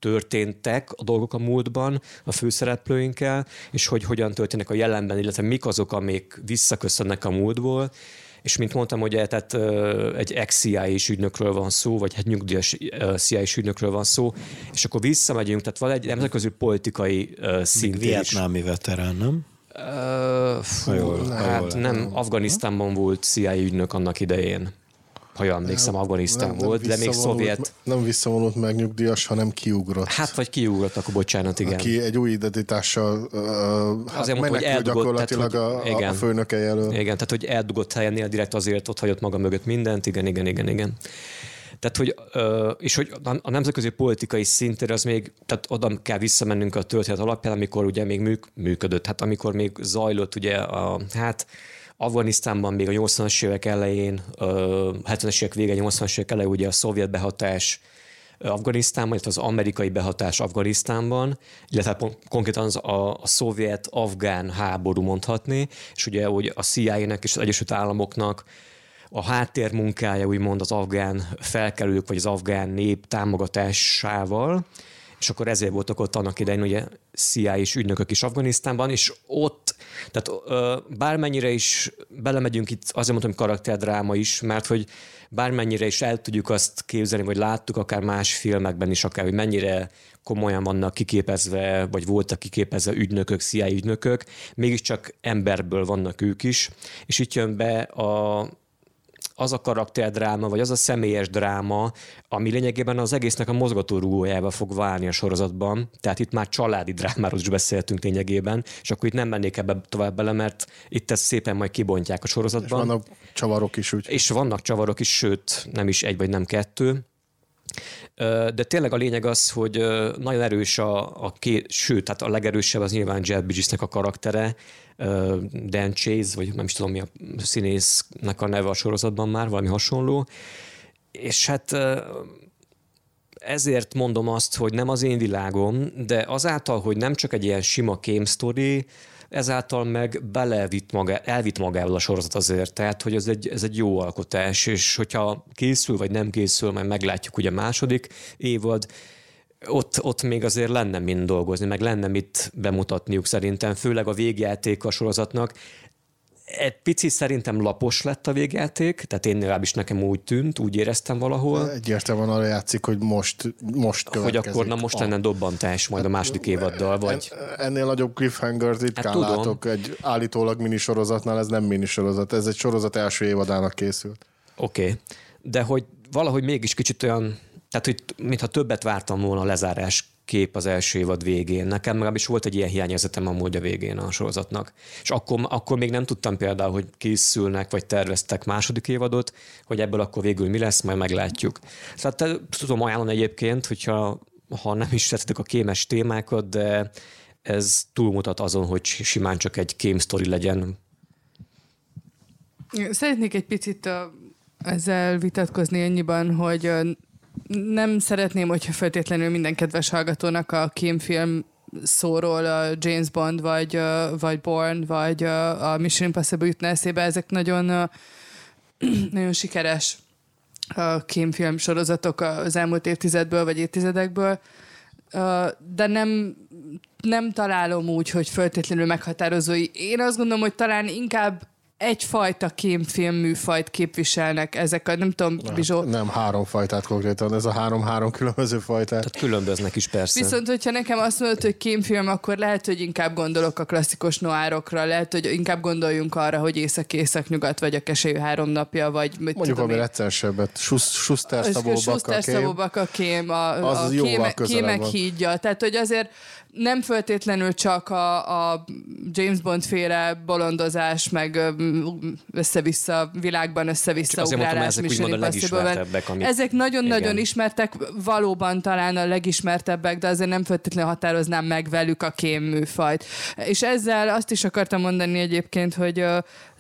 S4: történtek a dolgok a múltban a főszereplőinkkel, és hogy hogyan történnek a jelenben, illetve mik azok, amik visszaköszönnek a múltból. És mint mondtam, ugye, tehát egy ex-C I A-s ügynökről van szó, vagy egy nyugdíjas C I A-s ügynökről van szó, és akkor visszamegyünk, tehát van egy nemzetközi politikai szint is.
S3: Vietnámi veterán, nem?
S4: Uh, fú, jól, hát jól nem, nem, Afganisztánban volt C I A ügynök annak idején. Ha jól emlékszem, Afganisztán nem, volt, nem de még szovjet...
S2: Nem visszavonult meg nyugdíjas, hanem kiugrott.
S4: Hát, vagy kiugrott, akkor bocsánat, igen.
S2: Aki egy új identitással uh,
S4: azért mondta, hogy eldugott,
S2: gyakorlatilag tehát, hogy, a, igen, a főnöke jelöl.
S4: Igen, tehát hogy eldugott helyennél direkt azért ott hagyott maga mögött mindent, igen, igen, igen, igen. Tehát, hogy, és hogy a nemzetközi politikai szintére az még, tehát oda kell visszamennünk a történet alapján, amikor ugye még műk, működött, hát amikor még zajlott ugye a, hát Afganisztánban még a nyolcvanas évek elején, hetvenes évek vége, nyolcvanas évek elején ugye a szovjet behatás Afganisztánban, illetve az amerikai behatás Afganisztánban, illetve konkrétan az a, a szovjet-afgán háború mondhatni, és ugye hogy a C I A-nek és az Egyesült Államoknak a háttérmunkája úgymond az afgán felkelők, vagy az afgán nép támogatásával, és akkor ezért voltak ott annak idején ugye C I A-s ügynökök is Afganisztánban, és ott, tehát bármennyire is belemegyünk itt, azért mondtam, hogy karakterdráma is, mert hogy bármennyire is el tudjuk azt képzelni, vagy láttuk akár más filmekben is, akár, hogy mennyire komolyan vannak kiképezve, vagy voltak kiképezve ügynökök, C I A ügynökök, mégiscsak emberből vannak ők is, és itt jön be a az a karakterdráma, vagy az a személyes dráma, ami lényegében az egésznek a mozgatórugójába fog válni a sorozatban. Tehát itt már családi drámáról is beszéltünk lényegében, és akkor itt nem mennék ebbe tovább bele, mert itt ezt szépen majd kibontják a sorozatban.
S2: És vannak csavarok is úgy.
S4: És vannak csavarok is, sőt, nem is egy vagy nem kettő. De tényleg a lényeg az, hogy nagyon erős a, a két, sőt, tehát a legerősebb az nyilván Jeff Bridgesnek a karaktere, Dan Chase, vagy nem is tudom mi a színésznek a neve a sorozatban már, valami hasonló. És hát ezért mondom azt, hogy nem az én világom, de azáltal, hogy nem csak egy ilyen sima game story, ezáltal meg belevitt maga, elvitt magával a sorozat azért, tehát hogy ez egy, ez egy jó alkotás, és hogyha készül, vagy nem készül, majd meglátjuk ugye a második évad, ott, ott még azért lenne mind dolgozni, meg lenne mit bemutatniuk szerintem, főleg a végjáték a sorozatnak. Egy picit szerintem lapos lett a végjáték, tehát én legalábbis nekem úgy tűnt, úgy éreztem valahol.
S2: Egyértelműen arra játszik, hogy most, most következik.
S4: Hogy akkor na most lenne dobbantás majd a második évaddal, vagy...
S2: Ennél nagyobb cliffhanger-t ritkán hát látok egy állítólag minisorozatnál, ez nem minisorozat, ez egy sorozat első évadának készült.
S4: Oké, okay. De hogy valahogy mégis kicsit olyan, tehát hogy mintha többet vártam volna a lezárás kép az első évad végén. Nekem legalábbis volt egy ilyen hiányérzetem amúgy a végén a sorozatnak. És akkor, akkor még nem tudtam például, hogy készülnek, vagy terveztek második évadot, hogy ebből akkor végül mi lesz, majd meglátjuk. Szóval te, tudom ajánlani egyébként, hogyha ha nem is szeretek a kémes témákat, de ez túlmutat azon, hogy simán csak egy kém sztori legyen.
S1: Szeretnék egy picit ezzel vitatkozni annyiban, hogy nem szeretném, hogyha feltétlenül minden kedves hallgatónak a kémfilm szóról a James Bond, vagy, vagy Bourne, vagy a Mission Impossible jutna eszébe. Ezek nagyon, nagyon sikeres kémfilm sorozatok az elmúlt évtizedből, vagy évtizedekből, de nem, nem találom úgy, hogy feltétlenül meghatározói. Én azt gondolom, hogy talán inkább egyfajta kémfilm műfajt képviselnek ezek a, nem tudom, Bizsó.
S2: Nem, három fajtát konkrétan, ez a három-három különböző fajtát.
S4: Tehát különböznek is persze.
S1: Viszont, hogyha nekem azt mondod, hogy kémfilm, akkor lehet, hogy inkább gondolok a klasszikus noárokra, lehet, hogy inkább gondoljunk arra, hogy észak-észak-nyugat, vagy a Keserű három napja, vagy mit
S2: mondjuk
S1: tudom
S2: valami recenssebbet. Schuster Szabó
S1: Baka kém, a, a kéme, kémek hídja. Tehát, hogy azért nem feltétlenül csak a, a James Bond féle bolondozás, meg össze-vissza világban össze-vissza ugrálás. Ezek nagyon-nagyon igen. ismertek, valóban talán a legismertebbek, de azért nem feltétlenül határoznám meg velük a kém műfajt. És ezzel azt is akartam mondani egyébként, hogy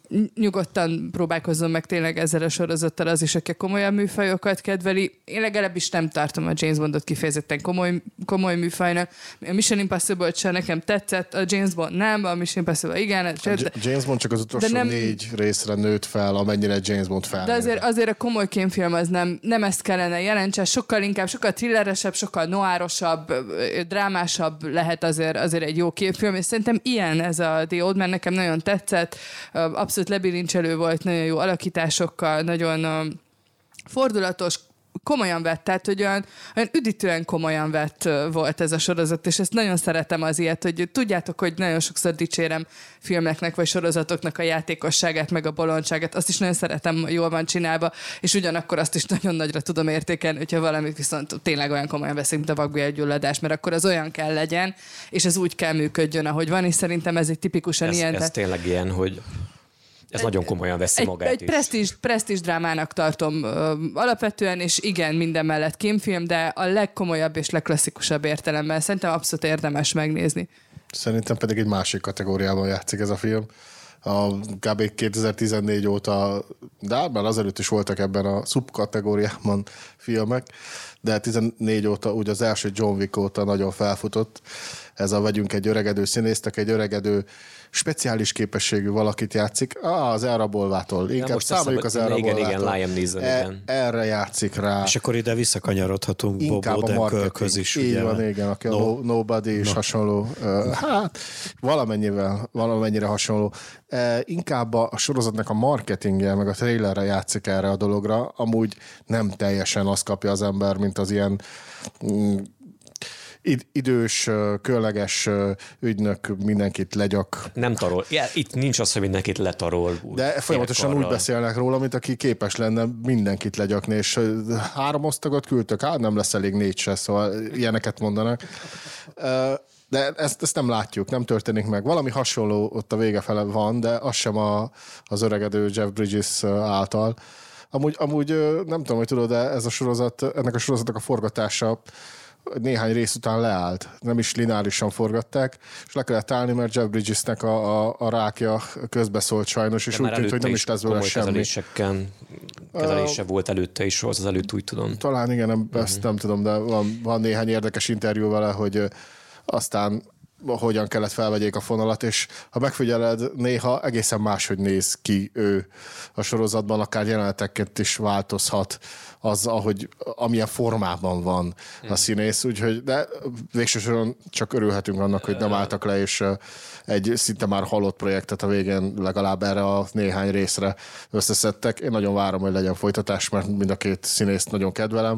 S1: nyugodtan próbálkozzon meg tényleg ezzel a sorozattal az is, aki komolyabb műfajokat kedveli. Én legalábbis nem tartom a James Bondot kifejezetten komoly, komoly műfajnak. A Mission Impossible sem nekem tetszett, a James Bond nem, a Mission Impossible igen.
S2: A James Bond csak az utolsó nem, négy részre nőtt fel, amennyire James Bond fel.
S1: De azért, azért a komoly kémfilm az nem, nem ezt kellene jelentse, sokkal inkább, sokkal thrilleresebb, sokkal noárosabb, drámásabb lehet azért, azért egy jó kémfilm, és szerintem ilyen ez a The Old Man, nekem nagyon tetszett, abszolút lebilincselő volt, nagyon jó alakításokkal, nagyon fordulatos, komolyan vett, tehát hogy olyan, olyan üdítően komolyan vett volt ez a sorozat, és ezt nagyon szeretem az ilyet, hogy tudjátok, hogy nagyon sokszor dicsérem filmeknek vagy sorozatoknak a játékosságát, meg a bolondságát, azt is nagyon szeretem, jól van csinálva, és ugyanakkor azt is nagyon nagyra tudom értékelni, hogyha valamit viszont tényleg olyan komolyan veszik, mint a vakbélgyulladás, mert akkor az olyan kell legyen, és ez úgy kell működjön, ahogy van, és szerintem ez egy tipikusan
S4: ez,
S1: ilyen.
S4: Ez
S1: tehát...
S4: tényleg ilyen, hogy ez egy, nagyon komolyan veszi
S1: egy,
S4: magát
S1: egy
S4: is.
S1: presztízs, presztízs drámának tartom ö, alapvetően, és igen, minden mellett kémfilm, de a legkomolyabb és legklasszikusabb értelemben szerintem abszolút érdemes megnézni.
S2: Szerintem pedig egy másik kategóriában játszik ez a film. A kb. kétezer-tizennégy óta, de már azelőtt is voltak ebben a szubkategóriában filmek, de tizennégy óta, úgy az első John Wick óta nagyon felfutott. Ez a vegyünk egy öregedő színésztek, egy öregedő speciális képességű valakit játszik. Ah, az elrabolvától. Inkább számoljuk az elrabolvától.
S4: Igen, igen, Liam Neeson,
S2: e,
S4: igen.
S2: Erre játszik rá.
S3: És akkor ide visszakanyarodhatunk Bob Odenkirkhöz is.
S2: Így ugye, van, igen, aki no. a Nobody is no. hasonló. Uh, hát, valamennyivel, valamennyire hasonló. Uh, inkább a, a sorozatnak a marketingje, meg a trailerre játszik erre a dologra. Amúgy nem teljesen azt kapja az ember, mint az ilyen mm, idős, különleges ügynök, mindenkit legyak.
S4: Nem tarol. Ja, itt nincs az, hogy mindenkit letarol.
S2: De folyamatosan úgy beszélnek róla, mint aki képes lenne mindenkit legyakni, és három osztagot küldtök, hát nem lesz elég négy se, szóval ilyeneket mondanak. De ezt, ezt nem látjuk, nem történik meg. Valami hasonló ott a vége fele van, de az sem a, az öregedő Jeff Bridges által. Amúgy, amúgy nem tudom, hogy tudod, de ez a sorozat, ennek a sorozatnak a forgatása néhány rész után leállt. Nem is lineárisan forgatták, és le kellett állni, mert Jeff Bridgesnek a, a, a rákja közbeszólt sajnos, és de úgy tűnt, hogy nem is lesz vele semmi.
S4: Kezelésekkel kezelése uh, volt előtte is, az előtt úgy tudom.
S2: Talán igen, nem, uh-huh. ezt nem tudom, de van, van néhány érdekes interjú vele, hogy aztán hogyan kellett felvegyék a fonalat, és ha megfigyeled, néha egészen máshogy néz ki ő a sorozatban, akár jeleneteket is változhat az, ahogy, amilyen formában van a színész, úgyhogy, de végső soron csak örülhetünk annak, hogy nem álltak le, és egy szinte már halott projektet a végén legalább erre a néhány részre összeszedtek. Én nagyon várom, hogy legyen folytatás, mert mind a két színészt nagyon kedvelem.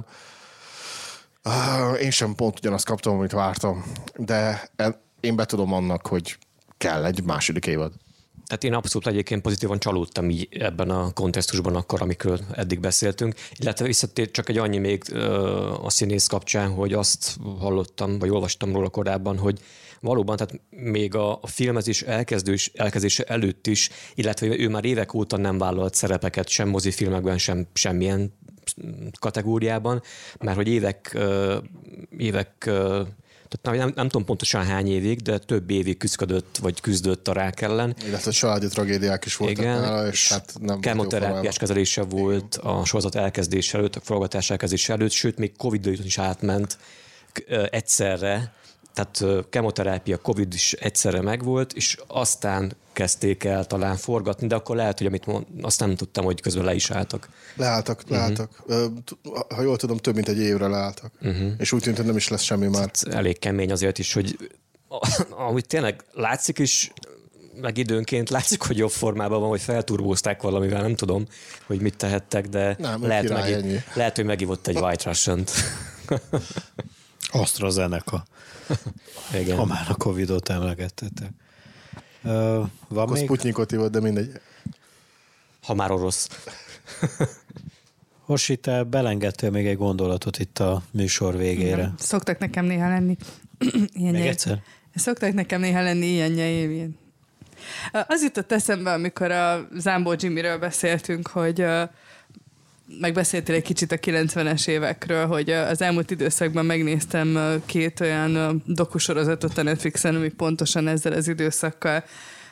S2: Én sem pont ugyanazt kaptam, amit vártam, de én betudom annak, hogy kell egy második évad.
S4: Tehát én abszolút egyébként pozitívan csalódtam így ebben a kontextusban akkor, amikről eddig beszéltünk. Illetve visszatért csak egy annyi még a színész kapcsán, hogy azt hallottam, vagy olvastam róla korábban, hogy valóban, tehát még a, a filmezés elkezdős, elkezdése előtt is, illetve ő már évek óta nem vállalt szerepeket sem mozifilmekben, sem semmilyen kategóriában, mert hogy évek, évek tehát nem, nem tudom pontosan hány évig, de több évig küzdött, vagy küzdött a rák ellen.
S2: Illetve családi tragédiák is voltak nála, és hát nem
S4: kemoterápiás kezelése volt a sorozat elkezdése előtt, a forgatás elkezdése előtt, sőt, még Covid-on is átment egyszerre, tehát kemoterápia, Covid is egyszerre megvolt, és aztán kezdték el talán forgatni, de akkor lehet, hogy amit mond, azt nem tudtam, hogy közben le is álltak.
S2: Leálltak, leálltak. Uh-huh. Ha jól tudom, több mint egy évre leálltak. Uh-huh. És úgy tűnt, hogy nem is lesz semmi már.
S4: Hát elég kemény azért is, hogy ahogy tényleg látszik is, meg időnként látszik, hogy jobb formában van, hogy felturbózták valamivel, nem tudom, hogy mit tehettek, de
S2: nem,
S4: lehet,
S2: király,
S4: meg, lehet, hogy megivott egy White Russian-t.
S3: AstraZeneca.
S4: Igen.
S3: Ha már a Covidot emlegettetek. Uh, van
S2: Akkor
S3: még?
S2: Sputnikot ivott, de mindegy.
S4: Ha már orosz.
S3: Orsi, te belengedtél még egy gondolatot itt a műsor végére.
S1: Igen. Szoktak nekem néha lenni. Ilyen
S3: még
S1: nyelv.
S3: egyszer?
S1: Szoktak nekem néha lenni ilyen nyelv. Az jutott eszembe, amikor a Zámbó Jimmyről beszéltünk, hogy megbeszéltél egy kicsit a kilencvenes évekről, hogy az elmúlt időszakban megnéztem két olyan dokusorozatot a Netflixen, ami pontosan ezzel az időszakkal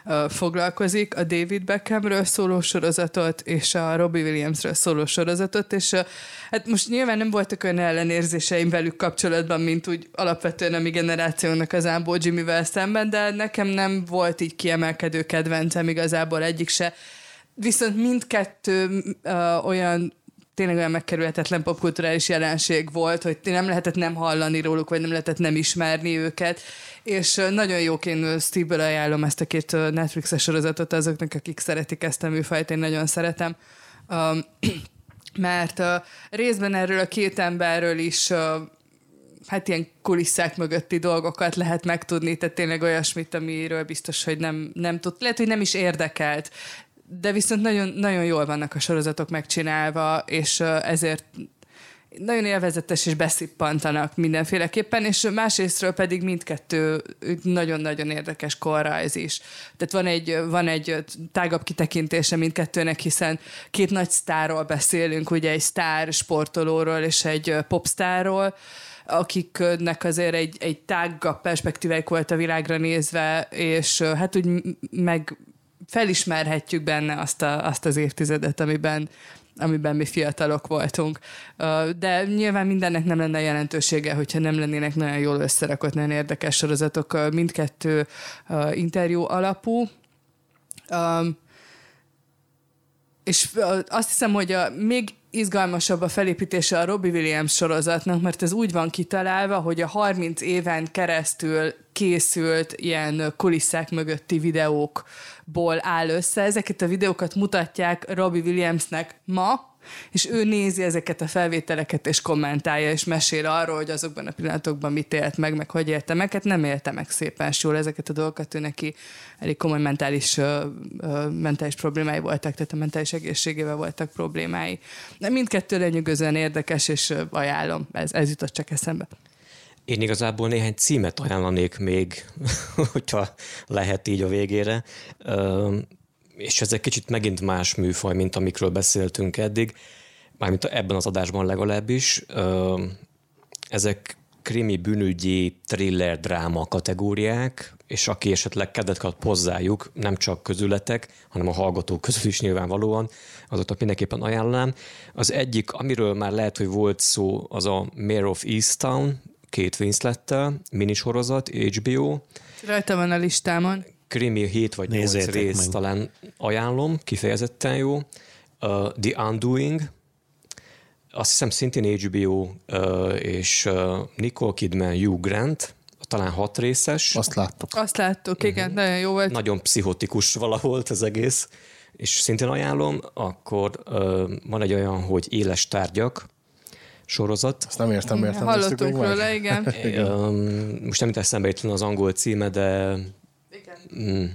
S1: uh, foglalkozik, a David Beckhamről szóló sorozatot, és a Robbie Williamsről szóló sorozatot, és uh, hát most nyilván nem voltak olyan ellenérzéseim velük kapcsolatban, mint úgy alapvetően a mi generációnak az Ámbó Jimmyvel szemben, de nekem nem volt így kiemelkedő kedvencem igazából egyik se. Viszont mindkettő uh, olyan tényleg olyan megkerülhetetlen popkulturális jelenség volt, hogy nem lehetett nem hallani róluk, vagy nem lehetett nem ismerni őket, és nagyon jóként Steve-ből ajánlom ezt a két Netflixes sorozatot azoknak, akik szeretik ezt a műfajt, én nagyon szeretem. Um, mert uh, részben erről a két emberről is uh, hát ilyen kulisszák mögötti dolgokat lehet megtudni, tehát tényleg olyasmit, amiről biztos, hogy nem, nem tud, lehet, hogy nem is érdekelt, de viszont nagyon, nagyon jól vannak a sorozatok megcsinálva, és ezért nagyon élvezetes és beszippantanak mindenféleképpen, és másrésztről pedig mindkettő nagyon-nagyon érdekes korrajz is. Tehát van egy, van egy tágabb kitekintése mindkettőnek, hiszen két nagy sztárról beszélünk, ugye egy sztár sportolóról és egy popsztárról, akiknek azért egy, egy tágabb perspektívájuk volt a világra nézve, és hát úgy meg felismerhetjük benne azt, a, azt az évtizedet, amiben, amiben mi fiatalok voltunk. De nyilván mindennek nem lenne jelentősége, hogyha nem lennének nagyon jól összerakott, nagyon érdekes sorozatok, mindkettő interjú alapú. És azt hiszem, hogy a még izgalmasabb a felépítése a Robbie Williams sorozatnak, mert ez úgy van kitalálva, hogy a harminc éven keresztül készült ilyen kulisszák mögötti videókból áll össze. Ezeket a videókat mutatják Robbie Williamsnek ma, és ő nézi ezeket a felvételeket, és kommentálja, és mesél arról, hogy azokban a pillanatokban mit élt meg, meg hogy élte meg. Hát nem élte meg szépen jól ezeket a dolgokat, ő neki elég komoly mentális, uh, uh, mentális problémái voltak, tehát a mentális egészségével voltak problémái. De mindkettő lenyűgözően érdekes, és uh, ajánlom, ez, ez jutott csak eszembe.
S4: Én igazából néhány címet ajánlanék még, hogyha lehet így a végére. Uh, és ez egy kicsit megint más műfaj, mint amikről beszéltünk eddig, mármint ebben az adásban legalábbis. Ezek krimi, bűnügyi, thriller, dráma kategóriák, és aki esetleg kedvet kap hozzájuk, nem csak közületek, hanem a hallgatók közül is nyilvánvalóan, azokat mindenképpen ajánlanám. Az egyik, amiről már lehet, hogy volt szó, az a Mare of Easttown, Kate Winslettel, minisorozat, há bé o.
S1: Rajta van a listámon.
S4: Krimi hét vagy nyolc rész meg. Talán ajánlom, kifejezetten jó. Uh, The Undoing, azt hiszem szintén há bé o, uh, és uh, Nicole Kidman, Hugh Grant, talán hat részes.
S2: Azt láttuk.
S1: Azt láttuk, igen, uh-huh. Nagyon jó volt.
S4: Nagyon pszichotikus valahol az egész, és szintén ajánlom. Akkor uh, van egy olyan, hogy Éles tárgyak sorozat.
S2: Azt nem értem, miért nem
S1: hallottunk róla, igen.
S2: igen.
S4: Um, most nem jut eszembe itt az angol címe, de Mm.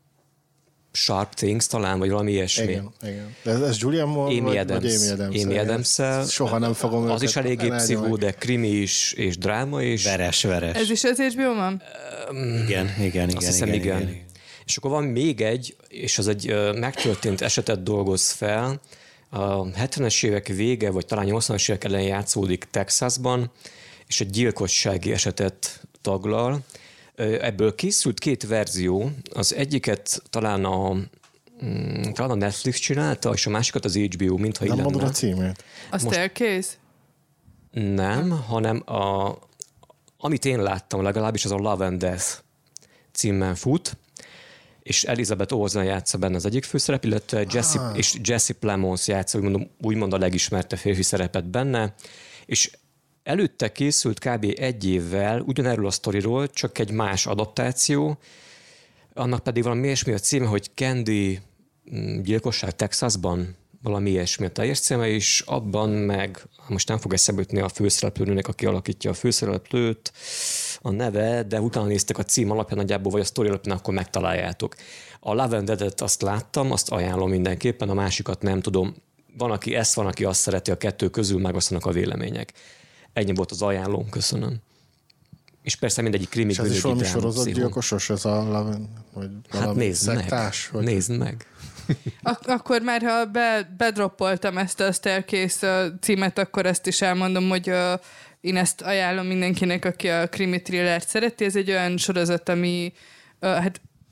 S4: Sharp Things talán, vagy valami ilyesmi.
S2: Igen, igen. De ez, ez Julian Moore,
S4: Amy
S2: vagy,
S4: Adams,
S2: vagy Amy Adams?
S4: Amy Adams-szel.
S2: Soha nem fogom
S4: Az is eléggé pszichó, de krimi is, és dráma is.
S3: Veres, veres.
S1: Ez is az há bé o-ban?
S3: Um, igen, igen, igen.
S4: Azt hiszem, igen, igen. igen. És akkor van még egy, és az egy uh, megtörtént esetet dolgoz fel. A hetvenes évek vége, vagy talán nyolcvanas évek elején játszódik Texasban, és egy gyilkossági esetet taglal. Ebből készült két verzió, az egyiket talán a, mm, talán a Netflix csinálta, és a másikat az há bé o, mintha
S2: nem
S4: illenne.
S2: mondod a címét?
S1: A Staircase?
S4: Nem, hanem a, amit én láttam legalábbis, az a Love and Death címmel fut, és Elizabeth Olsen játsza benne az egyik főszerep, illetve Jesse, ah. és Jesse Plemons játsza, úgymond, úgymond a legismertebb férfi szerepet benne, és előtte készült kb. Egy évvel ugyanerről a sztoriról, csak egy más adaptáció, annak pedig valami ilyesmi a címe, hogy Candy gyilkosság Texasban, valami ilyesmi a teljes címe, és abban meg, most nem fog eszembe jutni a főszereplőnőnek, aki alakítja a főszereplőt, a neve, de utána néztek a cím alapján nagyjából, vagy a sztori alapján, akkor megtaláljátok. A Love and Death-et azt láttam, azt ajánlom mindenképpen, a másikat nem tudom. Van, aki ezt, van, aki azt szereti, a kettő közül megosztanak a vélemények. Ennyi volt az ajánlóm, köszönöm. És persze mindegyik krimi, bűnügyi, dráma,
S2: és ez is valami sorozatgyilkosos, ez a Love, vagy
S4: hát nézd
S2: szektás,
S4: meg, vagy... nézd meg.
S1: Ak- akkor már, ha be, bedroppoltam ezt a Staircase címet, akkor ezt is elmondom, hogy uh, én ezt ajánlom mindenkinek, aki a krimi thrillert szereti. Ez egy olyan sorozat, ami uh, hát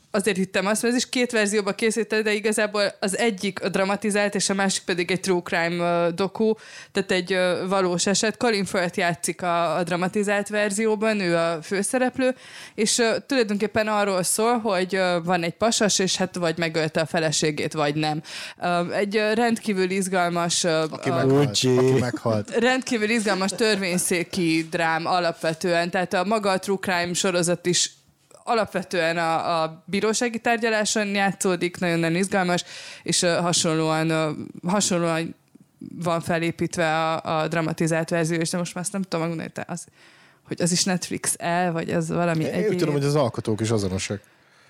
S1: azért hittem azt, mert ez is két verzióban készített, de igazából az egyik a dramatizált, és a másik pedig egy true crime doku, tehát egy valós eset. Colin Firth játszik a, a dramatizált verzióban, ő a főszereplő, és uh, tulajdonképpen arról szól, hogy uh, van egy pasas, és hát vagy megölte a feleségét, vagy nem. Uh, egy uh, rendkívül izgalmas uh,
S2: Aki,
S1: uh,
S2: meghalt, aki meghalt.
S1: rendkívül izgalmas törvényszéki drám alapvetően, tehát a maga a true crime sorozat is alapvetően a, a bírósági tárgyaláson játszódik, nagyon-nagyon izgalmas, és uh, hasonlóan, uh, hasonlóan van felépítve a, a dramatizált verzió, és de most már azt nem tudom megmondani, hogy az, hogy az is Netflix el, vagy az valami
S2: Én
S1: egyéb.
S2: úgy tudom, hogy az alkotók is azonosak.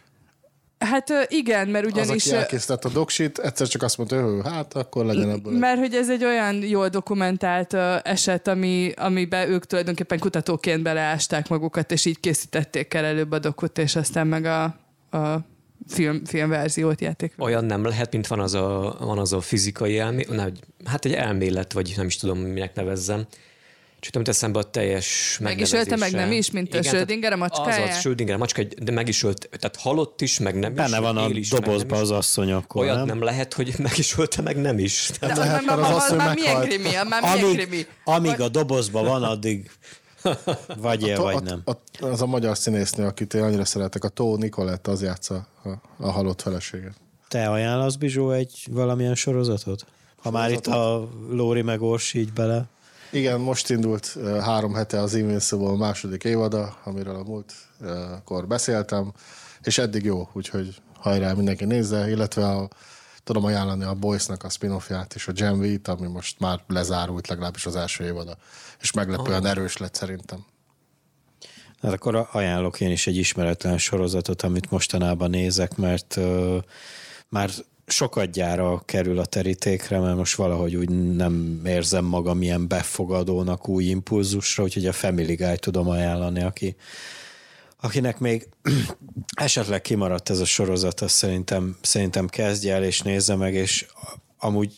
S1: Hát igen, mert ugyanis...
S2: Az, aki elkészített a doksit, egyszer csak azt mondta, hogy hát akkor legyen ebből.
S1: Mert hogy ez egy olyan jól dokumentált uh, eset, ami, amiben ők tulajdonképpen kutatóként beleásták magukat, és így készítették el előbb a dokut, és aztán meg a, a film, filmverziót játék.
S4: Olyan nem lehet, mint van az a, van az a fizikai elmélet, hát egy elmélet, vagy nem is tudom, minek nevezzem. Csak nem teszem be a teljes
S1: meg is ölte, meg nem is, mint igen, a Schrödinger a macskája.
S4: Az a Schrödinger a macska, de meg is ölt, tehát halott is, meg nem
S3: Benne
S4: is.
S3: Benne van a
S4: is,
S3: dobozba az asszony akkor,
S4: olyat
S3: nem?
S4: nem lehet, hogy meg is ölte, meg nem is.
S1: De de lehet, mert az asszony már milyen krimi? Már milyen
S3: amíg,
S1: krimi?
S3: amíg a dobozban van, addig vagy él, vagy nem.
S2: A, a, az a magyar színésznő, akit én annyira szeretek, a Tó Nikolett, az játsza a, a halott feleséget.
S3: Te ajánlasz, Bizsó, egy valamilyen sorozatot? Ha sorozatot? Már itt a Lóri meg Orsi így bele.
S2: Igen, most indult uh, három hete az Invincible második évada, amiről a múltkor uh, beszéltem, és eddig jó, úgyhogy hajrá, mindenki nézze, illetve a, tudom ajánlani a Boys-nak a spin-offját és a Gen V-t, ami most már lezárult, legalábbis az első évada, és meglepően oh. erős lett szerintem.
S3: Hát akkor ajánlok én is egy ismeretlen sorozatot, amit mostanában nézek, mert uh, már sokadjára kerül a terítékre, mert most valahogy úgy nem érzem magam ilyen befogadónak új impulzusra, úgyhogy a Family Guy tudom ajánlani, aki, akinek még esetleg kimaradt ez a sorozat, azt szerintem, szerintem kezdje el és nézze meg, és amúgy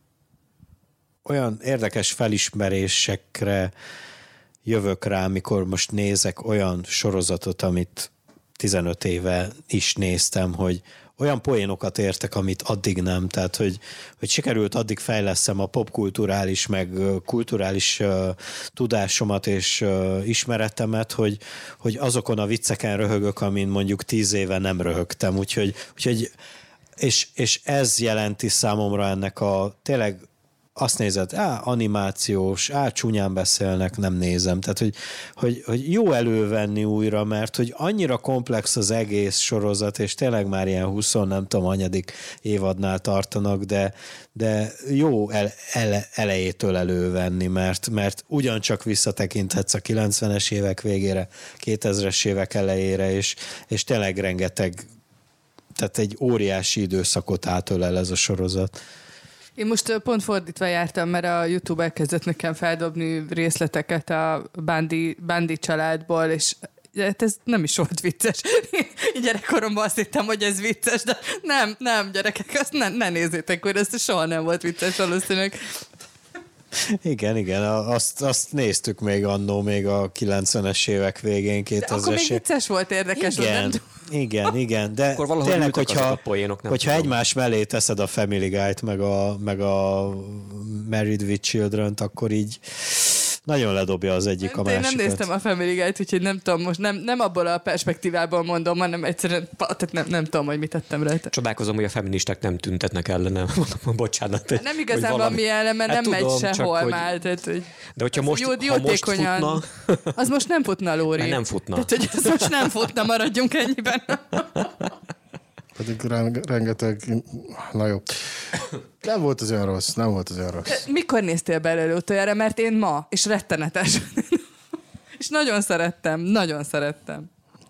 S3: olyan érdekes felismerésekre jövök rá, mikor most nézek olyan sorozatot, amit tizenöt éve is néztem, hogy olyan poénokat értek, amit addig nem, tehát hogy, hogy sikerült addig fejleszem a popkulturális, meg kulturális uh, tudásomat és uh, ismeretemet, hogy, hogy azokon a vicceken röhögök, amin mondjuk tíz éve nem röhögtem, úgyhogy, úgyhogy és, és ez jelenti számomra ennek a tényleg azt nézed, á, animációs, á, csúnyán beszélnek, nem nézem. Tehát, hogy, hogy, hogy jó elővenni újra, mert hogy annyira komplex az egész sorozat, és tényleg már ilyen húsz, nem tudom, anyadik évadnál tartanak, de, de jó ele, ele, elejétől elővenni, mert, mert ugyancsak visszatekinthetsz a kilencvenes évek végére, kétezres évek elejére, és, és tényleg rengeteg, tehát egy óriási időszakot átölel ez a sorozat.
S1: Én most pont fordítva jártam, mert a YouTube elkezdett nekem feldobni részleteket a Bundy, Bundy családból, és ez nem is volt vicces. Én gyerekkoromban azt hittem, hogy ez vicces, de nem, nem, gyerekek, azt ne, ne nézzétek, hogy ez soha nem volt vicces valószínűleg.
S3: Igen, igen, azt, azt néztük még annó, még a kilencvenes évek végén, kétezres.
S1: De akkor még vicces volt, érdekes.
S3: Igen,
S1: volt,
S3: nem? igen, igen, de tényleg, hogyha,
S4: poénok,
S3: hogyha egymás mellé teszed a Family Guy-t, meg a, meg a Married with Children-t, akkor így nagyon ledobja az egyik
S1: nem,
S3: a másikat.
S1: Én nem néztem a Family Guy-t, úgyhogy nem tudom, most nem, nem abból a perspektívából mondom, hanem egyszerűen tehát nem, nem tudom, hogy mit tettem rajta.
S4: Csodálkozom, hogy a feministák nem tüntetnek ellenem. Bocsánat.
S1: Hát nem igazán van valami... mi ellen, mert hát nem tudom, megy sehol hogy... már. Tehát, hogy
S4: de hogyha most,
S1: jó,
S4: ha most futna...
S1: Az most nem futna, Lóri.
S4: Hát nem futna.
S1: Tehát, hogy az most nem futna, maradjunk ennyiben.
S2: Pedig rengeteg... Na jó. Nem volt az olyan rossz, nem volt az olyan rossz.
S1: Mikor néztél belőle utoljára? Mert én ma, és rettenetes. És nagyon szerettem, nagyon szerettem.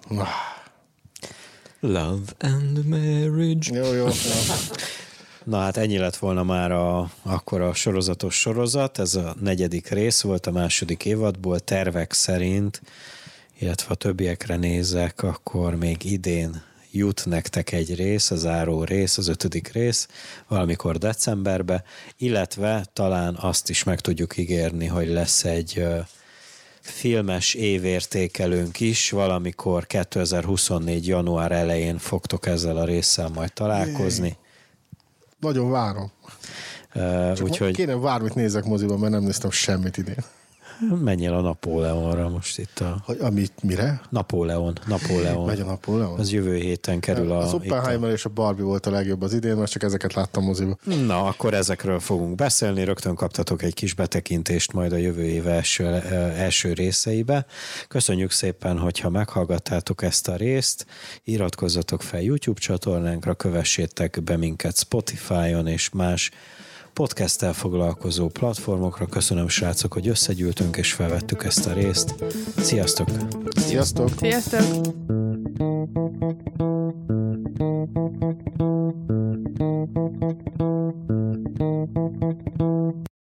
S4: Love and marriage.
S2: Jó, jó, jó.
S3: Na hát ennyi lett volna már a, akkor a sorozatos sorozat. Ez a negyedik rész volt a második évadból. Tervek szerint, illetve a többiekre nézek, akkor még idén jut nektek egy rész, a záró rész, az ötödik rész, valamikor decemberbe, illetve talán azt is meg tudjuk ígérni, hogy lesz egy filmes évértékelőnk is, valamikor kétezer-huszonnégy. január elején fogtok ezzel a résszel majd találkozni.
S2: Nagyon várom.
S3: Uh, úgyhogy...
S2: Kéne bármit nézek moziban, mert nem néztem semmit idén.
S3: Menjél a Napóleonra most itt a...
S2: Hogy, amit mire?
S3: Napóleon. Napóleon.
S2: Megy a Napóleon?
S3: Az jövő héten kerül a...
S2: Az Oppenheimer a... és a Barbie volt a legjobb az idén, mert csak ezeket láttam moziban.
S3: Na, akkor ezekről fogunk beszélni, rögtön kaptatok egy kis betekintést majd a jövő év első, első részeibe. Köszönjük szépen, hogyha meghallgattátok ezt a részt, iratkozzatok fel YouTube csatornánkra, kövessétek be minket Spotify-on és más podcasttel foglalkozó platformokra. Köszönöm, srácok, hogy összegyűltünk és felvettük ezt a részt. Sziasztok!
S2: Sziasztok!
S1: Sziasztok!